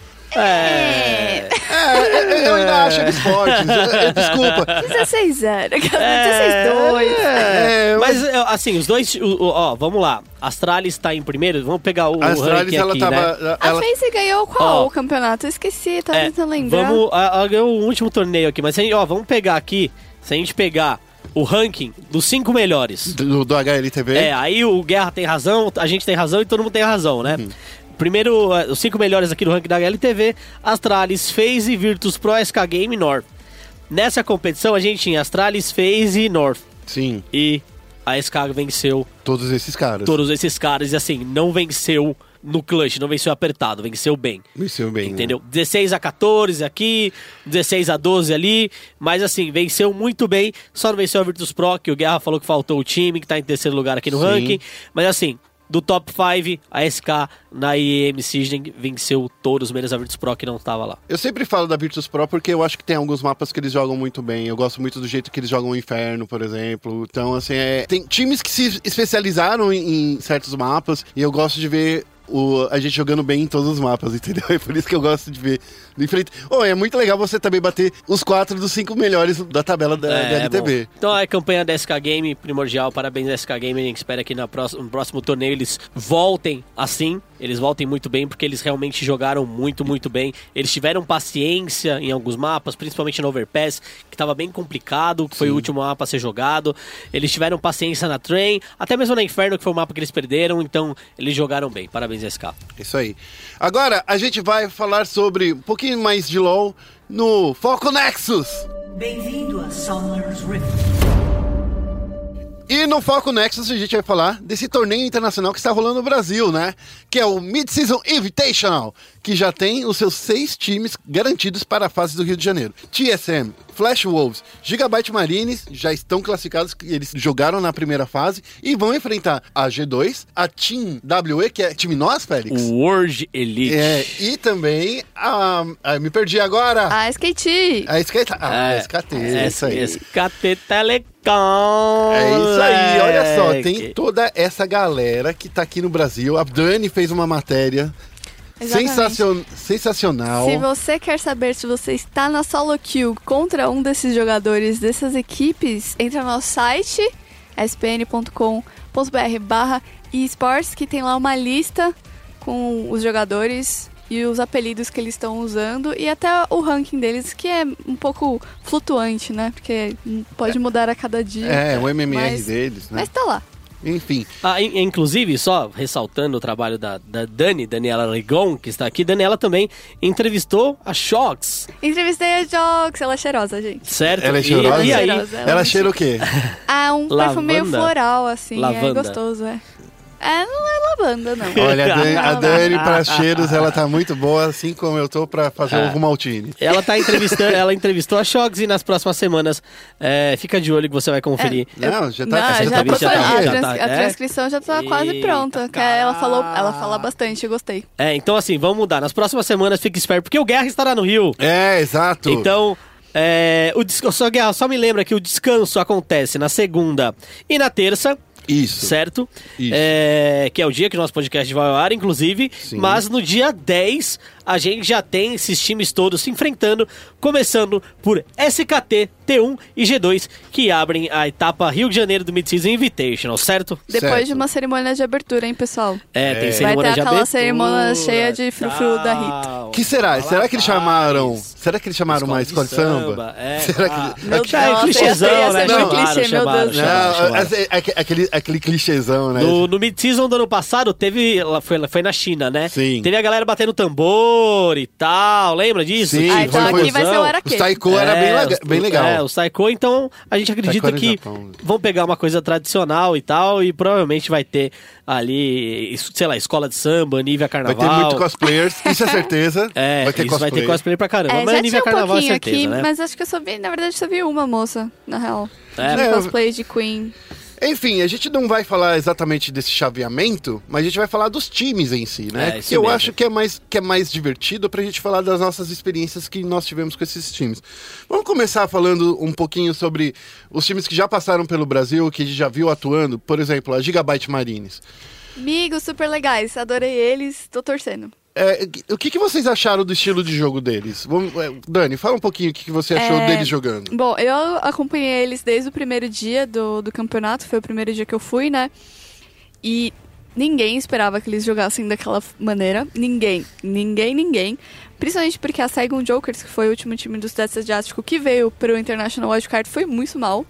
É. É, eu ainda acho eles fortes, é, é, desculpa. dezesseis zero, dezesseis dois. É, Mas, assim, os dois... o- o- Ó, vamos lá. Astralis tá em primeiro. Vamos pegar o, A o Astralis, ranking ela aqui, tava... né? A Ela, FaZe ganhou qual Ó. o campeonato? Eu esqueci, tava É, tentando lembrar. vamos... A, a, ganhou o último torneio aqui. Mas, ó, vamos pegar aqui... Se a gente pegar o ranking dos cinco melhores... do, do H L T V. É, aí o Guerra tem razão, a gente tem razão e todo mundo tem razão, né? Uhum. Primeiro, eh, os cinco melhores aqui do ranking da H L T V, Astralis, FaZe, Virtus Pro, S K Game e North. Nessa competição a gente tinha Astralis, FaZe e North. Sim, E a S K venceu todos esses caras. todos esses caras e assim, não venceu no clutch, não venceu apertado, venceu bem. Venceu bem, Entendeu? dezesseis a quatorze aqui, dezesseis a doze ali, mas assim, venceu muito bem, só não venceu a Virtus Pro, que o Guerra falou que faltou o time, que tá em terceiro lugar aqui no Sim. ranking, mas assim, do top cinco, a S K na I E M Siegen venceu todos, menos a Virtus Pro que não estava lá. Eu sempre falo da Virtus Pro porque eu acho que tem alguns mapas que eles jogam muito bem. Eu gosto muito do jeito que eles jogam o Inferno, por exemplo. Então, assim, é... tem times que se especializaram em, em certos mapas e eu gosto de ver o, a gente jogando bem em todos os mapas, entendeu? É por isso que eu gosto de ver de frente. Oh, é muito legal você também bater os quatro dos cinco melhores da tabela da, da L T B. Bom. Então a campanha da S K Game, primordial, parabéns à S K Game, a gente espera que na próxima, no próximo torneio eles voltem assim, eles voltem muito bem, porque eles realmente jogaram muito, muito bem. Eles tiveram paciência em alguns mapas, principalmente no Overpass, que estava bem complicado, que foi Sim. o último mapa a ser jogado. Eles tiveram paciência na Train, até mesmo na Inferno, que foi o mapa que eles perderam, então eles jogaram bem. Parabéns à S K. Isso aí. Agora, a gente vai falar sobre um pouquinho mais de LoL no Foco Nexus. Bem-vindo a Summer's Rift. E no Foco Nexus a gente vai falar desse torneio internacional que está rolando no Brasil, né? Que é o Mid-Season Invitational, que já tem os seus seis times garantidos para a fase do Rio de Janeiro. T S M, Flash Wolves, Gigabyte Marines já estão classificados, eles jogaram na primeira fase e vão enfrentar a G dois, a Team W E, que é time nós, Félix? World Elite. É, e também a... a me perdi agora! A S K T. A S K T. Ah, É, S K T, é isso aí. S K T Telecom. É isso aí, olha só, moleque. tem toda essa galera que tá aqui no Brasil. A Dani fez uma matéria Exatamente. sensacion... sensacional. Se você quer saber se você está na solo queue contra um desses jogadores dessas equipes, entra no nosso site s p n ponto com ponto b r barra esports, que tem lá uma lista com os jogadores e os apelidos que eles estão usando e até o ranking deles, que é um pouco flutuante, né? Porque pode mudar a cada dia. É, o M M R mas, deles, né? Mas tá lá. Enfim, Ah, in- inclusive, só ressaltando o trabalho da, da Dani, Daniela Legon, que está aqui, Daniela também entrevistou a Shox, Entrevistei a Jox, ela é cheirosa, gente. certo? ela é E- cheirosa? E, aí, Cheirosa. Ela ela é cheira o quê? Ah, um perfume meio Lavanda? floral, assim. Lavanda. É gostoso, é. É, não é lavanda, não. Olha, a Dani, a Não, Dani não. para cheiros, ela tá muito boa, assim como eu tô pra fazer É. o Rumaltini. ela tá entrevistando, ela entrevistou a Shox e nas próximas semanas é, fica de olho que você vai conferir. Não, já tá... Não, essa já entrevista tá, já tá- a, já trans- tá- a é? transcrição já tá quase Eita, pronta. Que ela falou, ela fala bastante, eu gostei. É, então assim, vamos mudar. Nas próximas semanas, fique esperto, porque o Guerra estará no Rio. É, exato. Então, É, o des- só, só me lembra que o descanso acontece na segunda e na terça. Isso. Certo? Isso. É, que é o dia que o nosso podcast vai ao ar, inclusive. Sim. Mas no dia dez, a gente já tem esses times todos se enfrentando, começando por S K T, T um e G dois, que abrem a etapa Rio de Janeiro do Mid-Season Invitational, certo? Depois Certo. de uma cerimônia de abertura, hein, pessoal? É, tem É. Vai cerimônia ter de aquela abertura, cerimônia cheia de frufru da Rita. tal. Que será? Fala Será que eles mais. chamaram... Será que eles chamaram uma escola de samba? É, Será que- ah, Meu já é Deus, clichêzão, ia né? ser muito Chamaram, clichê, meu chamaram, Deus. chamaram, Não, chamaram. é- é aquele, aquele clichêzão, né? No, no mid-season do ano passado, teve. Foi, foi na China, né? Sim. Teve a galera batendo tambor e tal. Lembra disso? Sim, Ah, então foi- aqui vai ser o O Araquê. Taiko era bem, lega- os- bem legal. É, o Saiko, então a gente acredita Taiko era que Japão. vão pegar uma coisa tradicional e tal, e provavelmente vai ter ali, sei lá, escola de samba, Nívea Vai Carnaval. ter muito cosplayers, isso é certeza. É, vai ter isso cosplay. vai ter cosplay pra caramba. É, mas já Nívea tinha um Carnaval é pouquinho certeza, aqui, né? mas acho que eu só vi, na verdade, só vi uma moça, na real. É. De É, cosplay de Queen. Enfim, a gente não vai falar exatamente desse chaveamento, mas a gente vai falar dos times em si, né? É, isso que eu mesmo. acho que é, mais, que é mais divertido pra gente falar das nossas experiências que nós tivemos com esses times. Vamos começar falando um pouquinho sobre os times que já passaram pelo Brasil, que a gente já viu atuando. Por exemplo, a Gigabyte Marines. Amigos super legais, adorei eles, tô torcendo. É, o que, que vocês acharam do estilo de jogo deles? Vamos, é, Dani, fala um pouquinho o que, que você achou É, deles jogando. Bom, eu acompanhei eles desde o primeiro dia do, do campeonato, foi o primeiro dia que eu fui, né? E ninguém esperava que eles jogassem daquela maneira. Ninguém, ninguém, ninguém. Principalmente porque a Saigon Jokers, que foi o último time do Sudeste Asiático que veio pro International Wildcard, foi muito mal.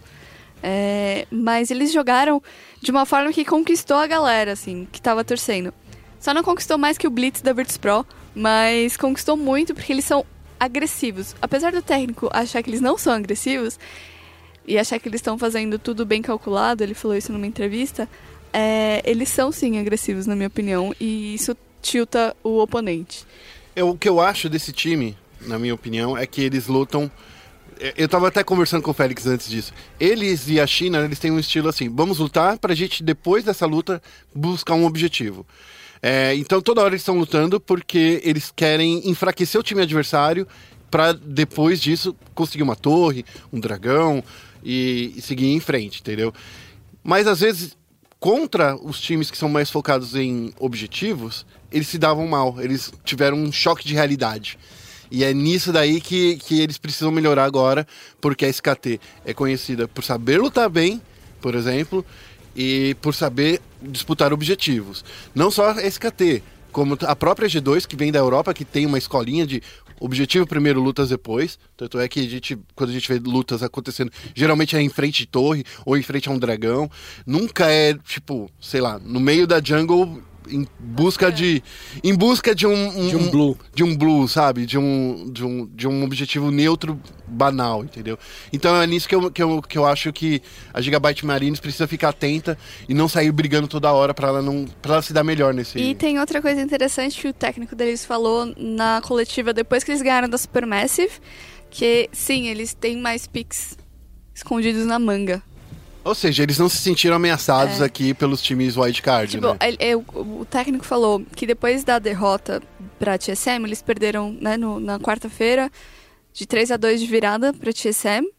É, mas eles jogaram de uma forma que conquistou a galera, assim, que tava torcendo. Só não conquistou mais que o Blitz da Virtus Pro, mas conquistou muito porque eles são agressivos. Apesar do técnico achar que eles não são agressivos e achar que eles estão fazendo tudo bem calculado, ele falou isso numa entrevista, é, eles são sim agressivos, na minha opinião, e isso tilta o oponente. Eu, o que eu acho desse time, na minha opinião, é que eles lutam... Eu tava até conversando com o Félix antes disso. Eles e a China, eles têm um estilo assim, vamos lutar pra gente, depois dessa luta, buscar um objetivo. É, então toda hora eles estão lutando porque eles querem enfraquecer o time adversário pra depois disso conseguir uma torre, um dragão e, e seguir em frente, entendeu? Mas às vezes, contra os times que são mais focados em objetivos, eles se davam mal, eles tiveram um choque de realidade. E é nisso daí que, que eles precisam melhorar agora, porque a S K T é conhecida por saber lutar bem, por exemplo, e por saber disputar objetivos. Não só a S K T, como a própria G dois, que vem da Europa, que tem uma escolinha de objetivo primeiro, lutas depois. Tanto é que a gente, quando a gente vê lutas acontecendo, geralmente é em frente de torre ou em frente a um dragão. Nunca é, tipo, sei lá, no meio da jungle... em busca de em busca de um, um De um blue. de um blue, sabe, de um, de um de um objetivo neutro banal, entendeu? Então é nisso que eu, que eu, que eu acho que a Gigabyte Marines precisa ficar atenta e não sair brigando toda hora pra ela não para ela se dar melhor nesse. E tem outra coisa interessante que o técnico deles falou na coletiva depois que eles ganharam da Supermassive, que sim, eles têm mais picks escondidos na manga. Ou seja, eles não se sentiram ameaçados É. aqui pelos times wildcard, Tipo, né? ele- ele- o, o técnico falou que depois da derrota pra T S M, eles perderam, né, no- na quarta-feira de três a dois de virada pra T S M.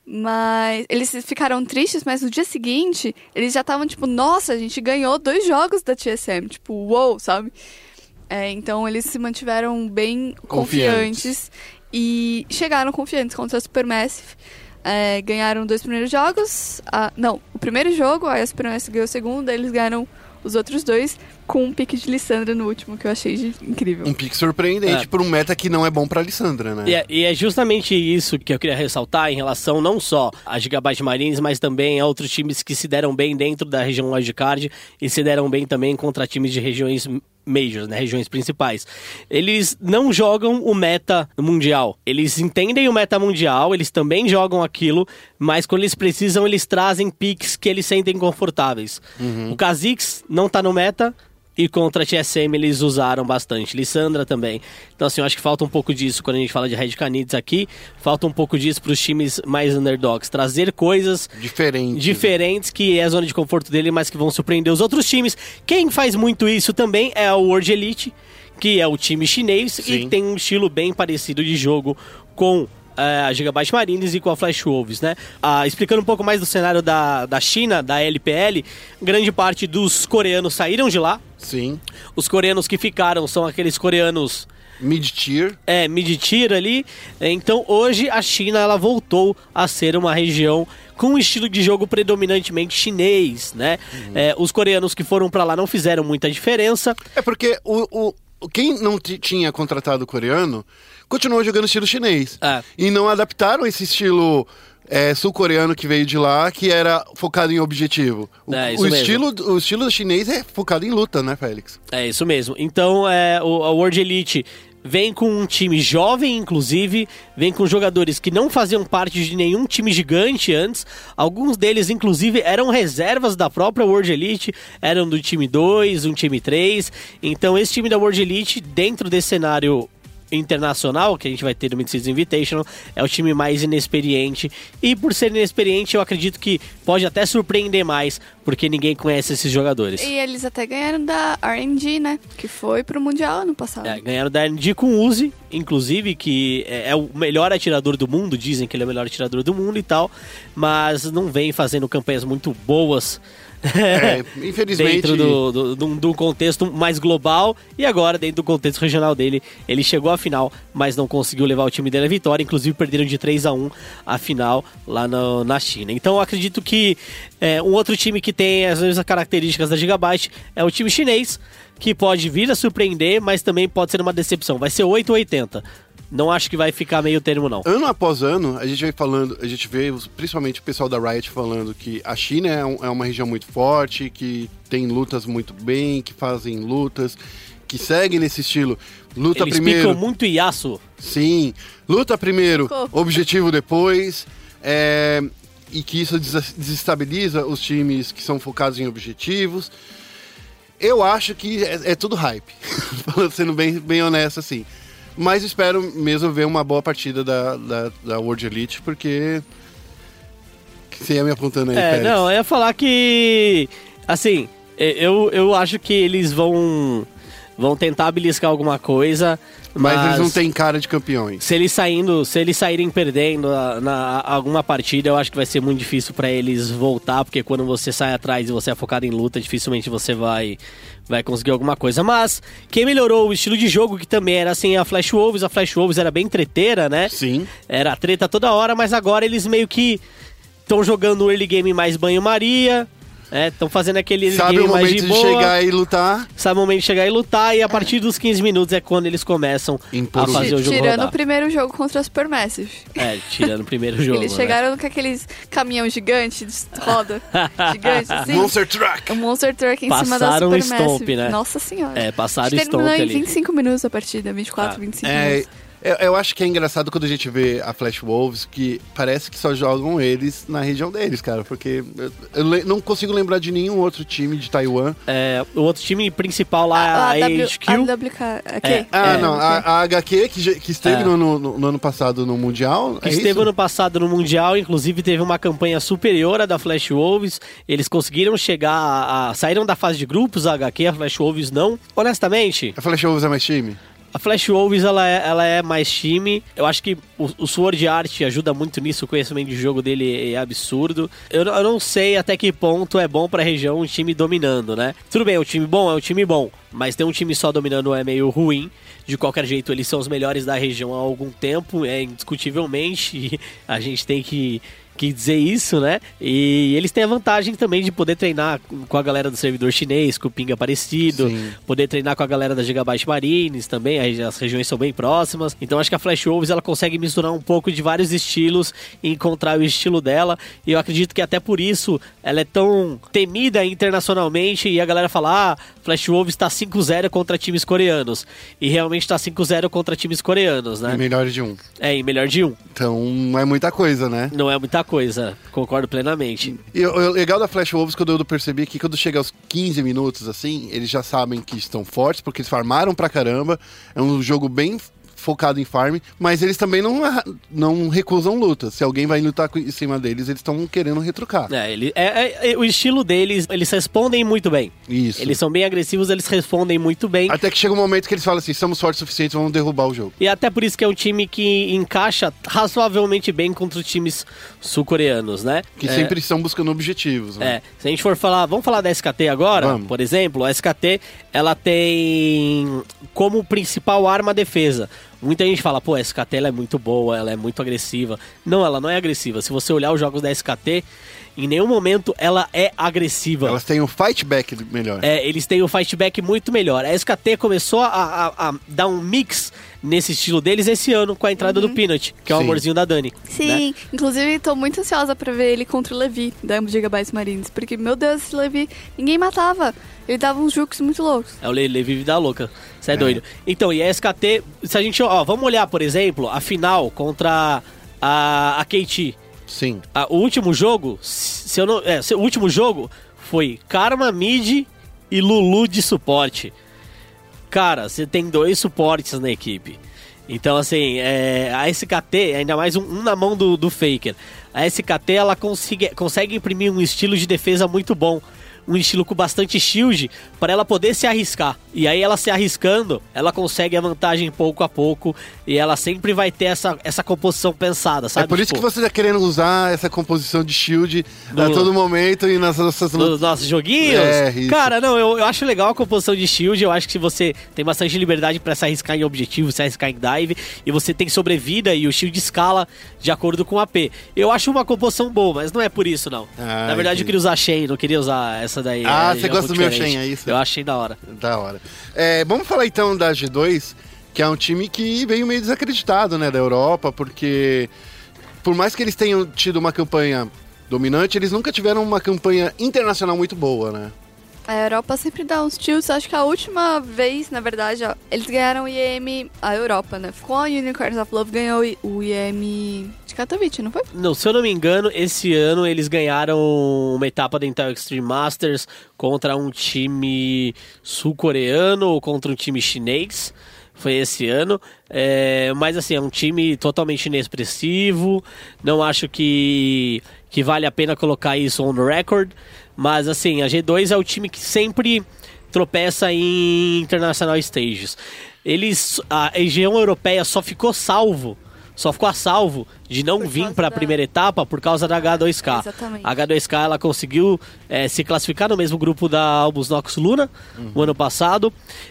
Mas eles ficaram tristes, mas no dia seguinte, eles já estavam tipo, nossa, a gente ganhou dois jogos da T S M. Tipo, uou, sabe? É, então eles se mantiveram bem Confiantes. confiantes e chegaram confiantes contra a Supermassive. É, ganharam dois primeiros jogos. Ah, não, o primeiro jogo, aí a Supermassive ganhou o segundo, aí eles ganharam os outros dois com um pique de Lissandra no último, que eu achei de- incrível. Um pique surpreendente É. por um meta que não é bom pra Lissandra, né? E é, e é justamente isso que eu queria ressaltar em relação não só a Gigabyte Marines, mas também a outros times que se deram bem dentro da região wildcard e se deram bem também contra times de regiões majors, né, regiões principais. Eles não jogam o meta mundial. Eles entendem o meta mundial, eles também jogam aquilo, mas quando eles precisam, eles trazem picks que eles sentem confortáveis. O Kha'Zix não tá no meta, e contra a T S M eles usaram bastante. Lissandra também. Então, assim, eu acho que falta um pouco disso quando a gente fala de Red Canids aqui. Falta um pouco disso pros times mais underdogs. Trazer coisas Diferente. diferentes, que é a zona de conforto dele, mas que vão surpreender os outros times. Quem faz muito isso também é o World Elite, que é o time chinês Sim. e tem um estilo bem parecido de jogo com é, a Gigabyte Marines e com a Flash Wolves, né? Ah, explicando um pouco mais do cenário da, da China, da L P L, grande parte dos coreanos saíram de lá. Sim. Os coreanos que ficaram são aqueles coreanos... Mid-tier. É, mid-tier ali. Então, hoje, a China, ela voltou a ser uma região com um estilo de jogo predominantemente chinês, né? Uhum. É, os coreanos que foram pra lá não fizeram muita diferença. É porque o, o, quem não t- tinha contratado o coreano continuou jogando estilo chinês. É. E não adaptaram esse estilo... É, sul-coreano que veio de lá, que era focado em objetivo. O, é, isso o, mesmo. estilo, o estilo chinês é focado em luta, né, Félix? É isso mesmo. Então, é, o, a World Elite vem com um time jovem, inclusive, vem com jogadores que não faziam parte de nenhum time gigante antes. Alguns deles, inclusive, eram reservas da própria World Elite, eram do time dois, um time três. Então, esse time da World Elite, dentro desse cenário internacional que a gente vai ter no Mid-Season Invitational, é o time mais inexperiente, e por ser inexperiente eu acredito que pode até surpreender mais, porque ninguém conhece esses jogadores. E eles até ganharam da R N G, né, que foi pro Mundial ano passado. É, ganharam da R N G com o Uzi, inclusive, que é, é o melhor atirador do mundo, dizem que ele é o melhor atirador do mundo e tal, mas não vem fazendo campanhas muito boas. É, infelizmente... dentro do, do, do, do contexto mais global, e agora dentro do contexto regional dele, ele chegou à final, mas não conseguiu levar o time dele à vitória, inclusive perderam de três a um a final lá no, na China. Então eu acredito que é, um outro time que tem as mesmas características da Gigabyte é o time chinês, que pode vir a surpreender, mas também pode ser uma decepção. Vai ser oito ou oitenta. Não acho que vai ficar meio termo, não. Ano após ano, a gente vai falando, a gente vê principalmente o pessoal da Riot falando que a China é, um, é uma região muito forte, que tem lutas muito bem, que fazem lutas, que seguem nesse estilo. Luta Eles primeiro. Eles picam muito Yasuo. Sim. Luta primeiro, objetivo depois. É, e que isso desestabiliza os times que são focados em objetivos. Eu acho que é, é tudo hype. Sendo bem, bem honesto, assim. Mas espero mesmo ver uma boa partida da, da, da World Elite, porque... Você ia me apontando aí, É, Félix. não, eu ia falar que... Assim, eu, eu acho que eles vão... Vão tentar beliscar alguma coisa, mas... Mas eles não têm cara de campeões. Se eles, saindo, se eles saírem perdendo na, na, alguma partida, eu acho que vai ser muito difícil pra eles voltar, porque quando você sai atrás e você é focado em luta, dificilmente você vai... vai conseguir alguma coisa. Mas quem melhorou o estilo de jogo, que também era assim a Flash Wolves, a Flash Wolves era bem treteira, né? Sim. Era treta toda hora, mas agora eles meio que estão jogando o early game mais banho-maria, estão é, fazendo aquele early Sabe game mais de boa. Sabe o boa. momento de chegar e lutar. Sabe o momento de chegar e lutar, e a partir dos quinze minutos é quando eles começam Impor a fazer o jogo Tirando rodar. o primeiro jogo contra a Supermassive. É, tirando o primeiro jogo, Eles né? chegaram com aqueles caminhão gigante, de roda gigante, assim. Monster Truck. O Monster Truck em cima da Passaram um Supermassive. stomp, né? Nossa senhora. É, passaram o Terminou stomp em ali. vinte e cinco minutos a partida, vinte e quatro, Ah. vinte e cinco É, minutos. eu, eu acho que é engraçado quando a gente vê a Flash Wolves, que parece que só jogam eles na região deles, cara. Porque eu, eu le- não consigo lembrar de nenhum outro time de Taiwan. É, o outro time principal lá, a, a, W, H Q. a W K, aqui. É. Ah, É, não. A, a H Q, que, já- que esteve É. no, no- no ano passado no Mundial. Que é esteve isso? ano passado no Mundial, inclusive teve uma campanha superior à da Flash Wolves. Eles conseguiram chegar a, a- saíram da fase de grupos, a H Q, a Flash Wolves não. Honestamente, A Flash Wolves é mais time? a Flash Wolves ela é, ela é mais time. Eu acho que o, o Sword Art ajuda muito nisso, o conhecimento de jogo dele é absurdo. Eu, eu não sei até que ponto é bom pra região um time dominando, né? Tudo bem, é um time bom, é um time bom, mas ter um time só dominando é meio ruim. De qualquer jeito, eles são os melhores da região há algum tempo, é indiscutivelmente, e a gente tem que... que dizer isso, né? E eles têm a vantagem também de poder treinar com a galera do servidor chinês, com o ping parecido, Sim. poder treinar com a galera da Gigabyte Marines também, as regiões são bem próximas. Então acho que a Flash Wolves ela consegue misturar um pouco de vários estilos e encontrar o estilo dela. E eu acredito que até por isso ela é tão temida internacionalmente e a galera fala, ah, Flash Wolves tá cinco a zero contra times coreanos. E realmente tá cinco a zero contra times coreanos, né? É melhor de um. É, em melhor de um. Então não é muita coisa, né? Não é muita coisa, concordo plenamente. E o o legal da Flash Wolves, quando eu percebi é que quando chega aos quinze minutos, assim, eles já sabem que estão fortes, porque eles farmaram pra caramba. É um jogo bem focado em farm, mas eles também não, não recusam lutas. Se alguém vai lutar em cima deles, eles estão querendo retrucar. É, ele, é, é, é, o estilo deles, eles respondem muito bem. Isso. Eles são bem agressivos, eles respondem muito bem. Até que chega um momento que eles falam assim, somos fortes o suficiente, vamos derrubar o jogo. E até por isso que é um time que encaixa razoavelmente bem contra os times sul-coreanos, né? Que é, sempre estão buscando objetivos, né? É, se a gente for falar, vamos falar da S K T agora, vamos. Por exemplo, a S K T, ela tem como principal arma a defesa. Muita gente fala, pô, a S K T ela é muito boa, ela é muito agressiva. Não, ela não é agressiva. Se você olhar os jogos da S K T, em nenhum momento ela é agressiva. Elas têm um fight back melhor. É, eles têm um fight back muito melhor. A S K T começou a, a, a dar um mix nesse estilo deles esse ano com a entrada uhum. do Peanut, que é o Sim. amorzinho da Dani. Sim, né? Inclusive tô muito ansiosa pra ver ele contra o Levi, da Gigabytes Marines, porque, meu Deus, esse Levi, ninguém matava. Ele dava uns jukes muito loucos. É o Le Levi Vida Louca. Você é, é doido. Então, e a S K T, se a gente, ó, vamos olhar, por exemplo, a final contra a, a K T. Sim. A, o último jogo, se eu não, é, se, o último jogo foi Karma Mid e Lulu de suporte. Cara, você tem dois suportes na equipe. Então, assim, é, a S K T, ainda mais um, um na mão do, do Faker. A S K T, ela consegue, consegue imprimir um estilo de defesa muito bom. Um estilo com bastante shield para ela poder se arriscar. E aí ela se arriscando, ela consegue a vantagem pouco a pouco e ela sempre vai ter essa, essa composição pensada, sabe? É por isso tipo, que você tá querendo usar essa composição de shield no, a todo momento e nas nossas lutas. Nos nossos joguinhos? É, isso. Cara, não, eu, eu acho legal a composição de shield, eu acho que você tem bastante liberdade para se arriscar em objetivo, se arriscar em dive, e você tem sobrevida e o shield escala de acordo com o A P. Eu acho uma composição boa, mas não é por isso, não. Ah, Na verdade, entendi. eu queria usar Shen, não queria usar essa daí. Ah, é, você já é um gosta do pouco meu diferente. Shen, é isso? Eu achei da hora. Da hora. É, vamos falar então da G dois, que é um time que veio meio desacreditado, né, da Europa, porque por mais que eles tenham tido uma campanha dominante, eles nunca tiveram uma campanha internacional muito boa, né? A Europa sempre dá uns tilts. Acho que a última vez, na verdade, ó, eles ganharam o I M, a Europa, né? Com a Unicorns of Love ganhou o I M de Katowice, não foi? Não, se eu não me engano, esse ano eles ganharam uma etapa da Intel Extreme Masters contra um time sul-coreano ou contra um time chinês. Foi esse ano, é, mas assim, é um time totalmente inexpressivo, não acho que, que vale a pena colocar isso on record, mas assim, a G dois é o time que sempre tropeça em International Stages. Eles, a região europeia só ficou salvo, só ficou a salvo de não Por vir causa para a da- primeira etapa por causa da H dois K. Exatamente. A H dois K ela conseguiu é, se classificar no mesmo grupo da Albus Nox Luna no ano passado.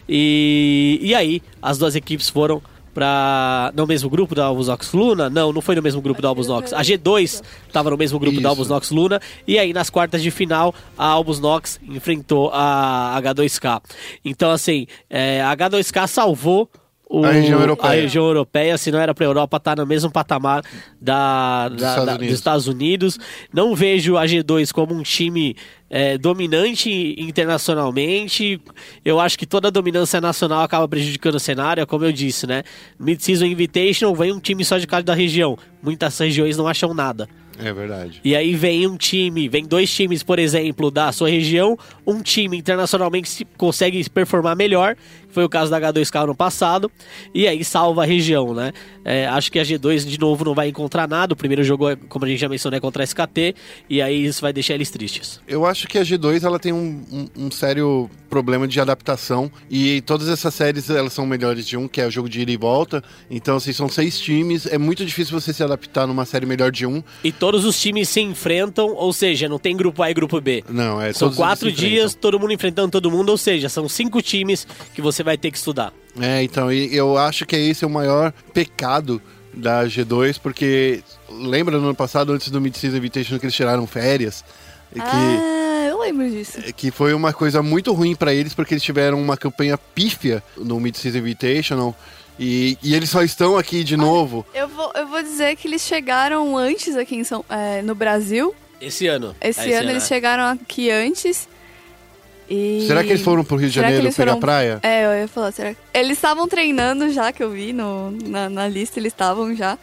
E, e aí, as duas equipes foram para no mesmo grupo da Albus Nox Luna? Não, não foi no mesmo grupo da Albus Nox. A G dois estava no mesmo grupo Isso. da Albus Nox Luna. E aí, nas quartas de final, a Albus Nox enfrentou a H dois K. Então, assim, é, a H dois K salvou o- A região europeia. a região europeia, se não era para a Europa, tá no mesmo patamar da, Dos da- Estados da- Unidos. dos Estados Unidos. Não vejo a G dois como um time é, dominante internacionalmente. Eu acho que toda a dominância nacional acaba prejudicando o cenário, é como eu disse, né? Mid-Season Invitational vem um time só de cada região. Muitas regiões não acham nada. É verdade. E aí vem um time, vem dois times, por exemplo, da sua região, um time internacionalmente se- consegue performar melhor, foi o caso da H dois K no passado, e aí salva a região, né? É, acho que a G dois, de novo, não vai encontrar nada, o primeiro jogo, é, como a gente já mencionou, é contra a S K T, e aí isso vai deixar eles tristes. Eu acho que a G dois ela tem um, um- um sério problema de adaptação, e todas essas séries elas são melhores de um, que é o jogo de ida e volta. Então, assim, são seis times, é muito difícil você se adaptar numa série melhor de um. E todos os times se enfrentam, ou seja, não tem grupo A e grupo B. Não, é São todos quatro eles se dias, enfrentam. todo mundo enfrentando todo mundo, ou seja, são cinco times que você vai ter que estudar. É, então, e eu acho que esse é o maior pecado da G dois, porque lembra no ano passado, antes do Mid-Season Invitation, que eles tiraram férias? E que... Ah, eu lembro disso. que foi uma coisa muito ruim pra eles, porque eles tiveram uma campanha pífia no Mid-Season Invitational, e, e eles só estão aqui de novo. Eu vou, eu vou dizer que eles chegaram antes aqui em São, é, no Brasil. Esse ano. Esse É, ano eles é. chegaram aqui antes. E... Será que eles foram pro Rio de Será que Janeiro eles pegar foram- praia? É, eu ia falar, será que... Eles estavam treinando já, que eu vi no, na, na lista, eles estavam já.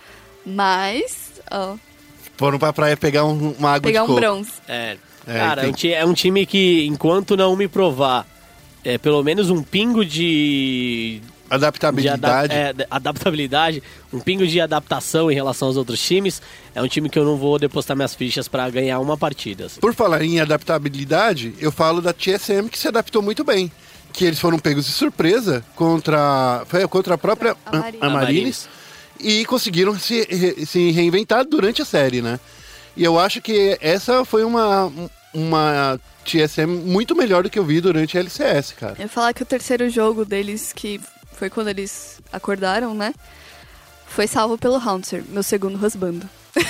Mas, ó, Foram pra praia pegar um- uma água pegar de um coco. bronze. É, É, cara, é tem- um, ti- é um time que, enquanto não me provar é, pelo menos um pingo de, Adaptabilidade. De adap- é, adaptabilidade, um pingo de adaptação em relação aos outros times. É um time que eu não vou depositar minhas fichas para ganhar uma partida. Assim. Por falar em adaptabilidade, eu falo da T S M que se adaptou muito bem. Que eles foram pegos de surpresa contra, foi contra a própria A Marines. a Marines e conseguiram se, re- se reinventar durante a série, né? E eu acho que essa foi uma, uma T S M muito melhor do que eu vi durante a L C S, cara. Eu ia falar que o terceiro jogo deles, que foi quando eles acordaram, né? Foi salvo pelo Haunter, meu segundo husband.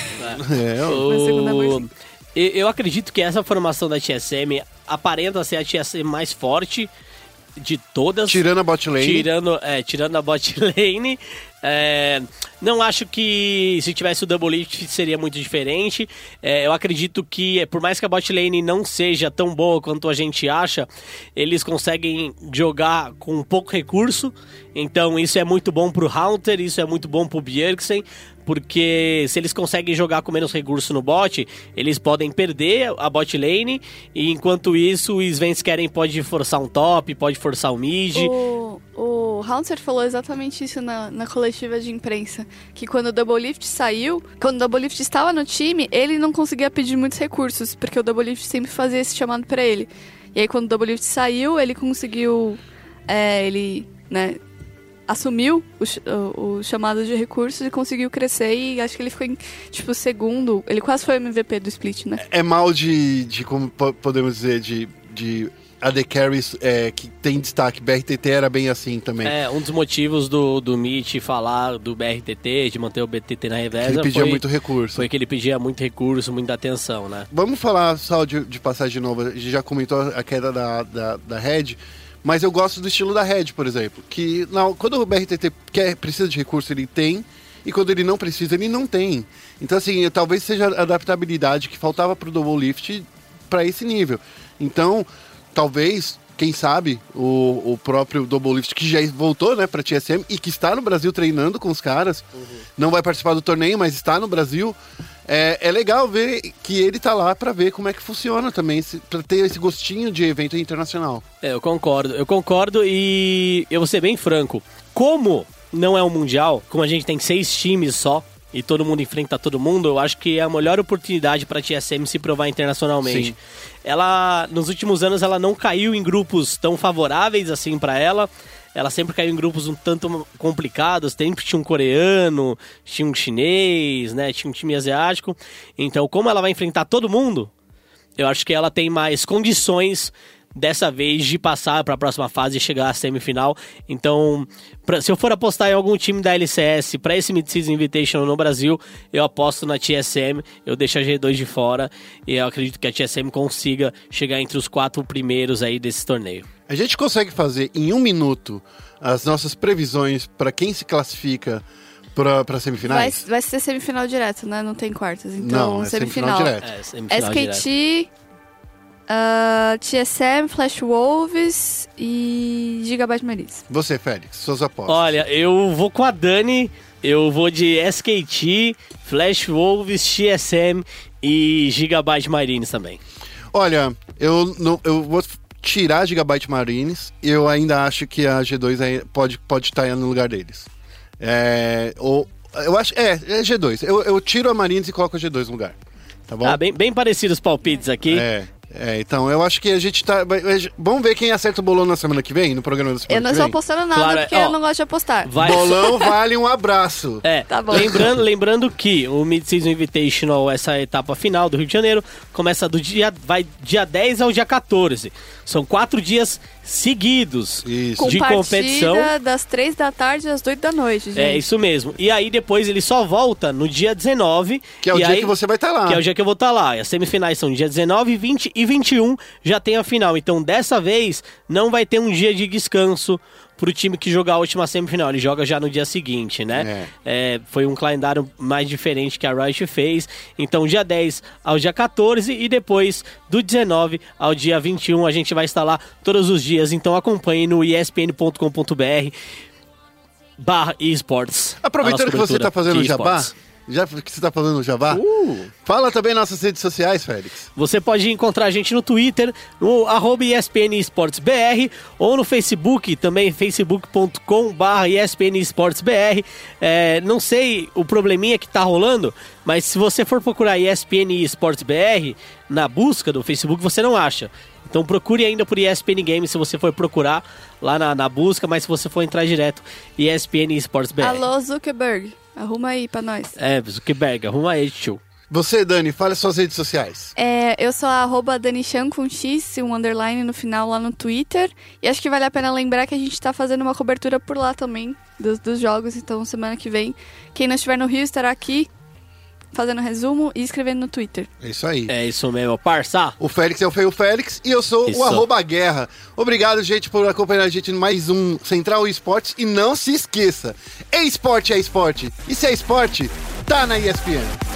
É, Meu segundo amorzinho. Eu, eu acredito que essa formação da T S M aparenta ser a T S M mais forte de todas. tirando a bot lane. Tirando, é, tirando a bot lane. É, não acho que se tivesse o Double Lift seria muito diferente. É, eu acredito que, por mais que a bot lane não seja tão boa quanto a gente acha, eles conseguem jogar com pouco recurso. Então isso é muito bom pro Haunter, isso é muito bom pro Bjergsen, porque se eles conseguem jogar com menos recurso no bot, eles podem perder a bot lane, e enquanto isso o Svenskeren pode forçar um top, pode forçar um mid. O, o Haunter falou exatamente isso na, na coletiva de imprensa, que quando o Double Lift saiu, quando o Double Lift estava no time, ele não conseguia pedir muitos recursos, porque o Double Lift sempre fazia esse chamado pra ele. E aí quando o Double Lift saiu, ele conseguiu, é, ele, né, assumiu o, ch- o, o chamado de recursos e conseguiu crescer, e acho que ele ficou em, tipo, segundo, ele quase foi o M V P do split, né? É mal de, de como po- podemos dizer, de, de A D Carries é, que tem destaque. B R T T era bem assim também. É, um dos motivos do, do Mitch falar do B R T T, de manter o B T T na reversa, Ele pedia foi, muito recurso. foi que ele pedia muito recurso, muita atenção, né? Vamos falar só de, de passagem de novo. A gente já comentou a queda da, da, da Red, mas eu gosto do estilo da Red, por exemplo. Que não, quando o B R T T quer, precisa de recurso, ele tem. E quando ele não precisa, ele não tem. Então, assim, talvez seja a adaptabilidade que faltava pro Double Lift para esse nível. Então, talvez, quem sabe, o, o próprio Double Lift, que já voltou, né, pra T S M e que está no Brasil treinando com os caras, uhum. não vai participar do torneio, mas está no Brasil. É, é legal ver que ele tá lá pra ver como é que funciona também, esse, pra ter esse gostinho de evento internacional. É, eu concordo, eu concordo, e eu vou ser bem franco. Como não é um mundial, como a gente tem seis times só, e todo mundo enfrenta todo mundo, eu acho que é a melhor oportunidade para a T S M se provar internacionalmente. Sim. Ela, nos últimos anos, ela não caiu em grupos tão favoráveis assim para ela. Ela sempre caiu em grupos um tanto complicados. Sempre tinha um coreano, tinha um chinês, né? Tinha um time asiático. Então, como ela vai enfrentar todo mundo, eu acho que ela tem mais condições dessa vez de passar para a próxima fase e chegar à semifinal. Então, pra, se eu for apostar em algum time da L C S para esse Mid-Season Invitational no Brasil, eu aposto na T S M, eu deixo a G dois de fora, e eu acredito que a T S M consiga chegar entre os quatro primeiros aí desse torneio. A gente consegue fazer em um minuto as nossas previsões para quem se classifica para semifinais? Vai, vai ser semifinal direto, né? Não tem quartas. Então, Não, é semifinal. semifinal direto. É, semifinal S K T, uh, T S M, Flash Wolves e Gigabyte Marines. Você, Félix, suas apostas. Olha, eu vou com a Dani, eu vou de S K T, Flash Wolves, T S M e Gigabyte Marines também. Olha, eu, não, eu vou tirar a Gigabyte Marines, eu ainda acho que a G dois pode, pode estar no lugar deles. É, ou, eu acho, é, é G dois. Eu, eu tiro a Marines e coloco a G dois no lugar. Tá bom? Ah, bem, bem parecidos os palpites aqui. É. É, então, eu acho que a gente tá... Vamos ver quem acerta o bolão na semana que vem, no programa da semana Eu não que estou vem? apostando nada, Claro, porque ó, eu não gosto de apostar. Vai... Bolão vale um abraço. É, Tá bom. lembrando, lembrando que o Mid-Season Invitational, essa etapa final do Rio de Janeiro, começa do dia, vai dia dez ao dia quatorze. São quatro dias seguidos Isso. Com de partida competição. das três da tarde às oito da noite, gente. É, isso mesmo. E aí depois ele só volta no dia dezenove. Que é o e dia aí, que você vai estar lá. Que é o dia que eu vou estar lá. E as semifinais são dia dezenove, vinte e vinte e um, já tem a final. Então dessa vez não vai ter um dia de descanso pro time que jogar a última semifinal. Ele joga já no dia seguinte, né? É. É, foi um calendário mais diferente que a Riot fez. Então dia dez ao dia quatorze e depois do dezenove ao dia vinte e um a gente vai estar lá todos os dias. Então acompanhe no e s p n ponto com ponto b r barra esportes. Aproveitando que você tá fazendo o jabá, Já que você tá falando Jabá, Uh. fala também nossas redes sociais, Félix. Você pode encontrar a gente no Twitter, no arroba E S P N Esportes B R, ou no Facebook, também facebook ponto com barra E S P N Esportes B R. É, não sei o probleminha que tá rolando, mas se você for procurar E S P N Esportes B R na busca do Facebook, você não acha. Então procure ainda por E S P N Games se você for procurar lá na, na busca, mas se você for entrar direto, E S P N Esportes B R. Alô, Zuckerberg, arruma aí pra nós. É, Zuckerberg, arruma aí, tio. Você, Dani, fale suas redes sociais. É, eu sou a arroba DaniChan com X, um underline no final lá no Twitter. E acho que vale a pena lembrar que a gente tá fazendo uma cobertura por lá também, dos, dos jogos. Então, semana que vem, quem não estiver no Rio estará aqui, fazendo resumo e escrevendo no Twitter. É isso aí. É isso mesmo, parça. O Félix é o Feio Félix e eu sou Isso. o arroba Guerra. Obrigado, gente, por acompanhar a gente em mais um Central Esportes. E não se esqueça, é esporte é esporte. E se é esporte, tá na E S P N.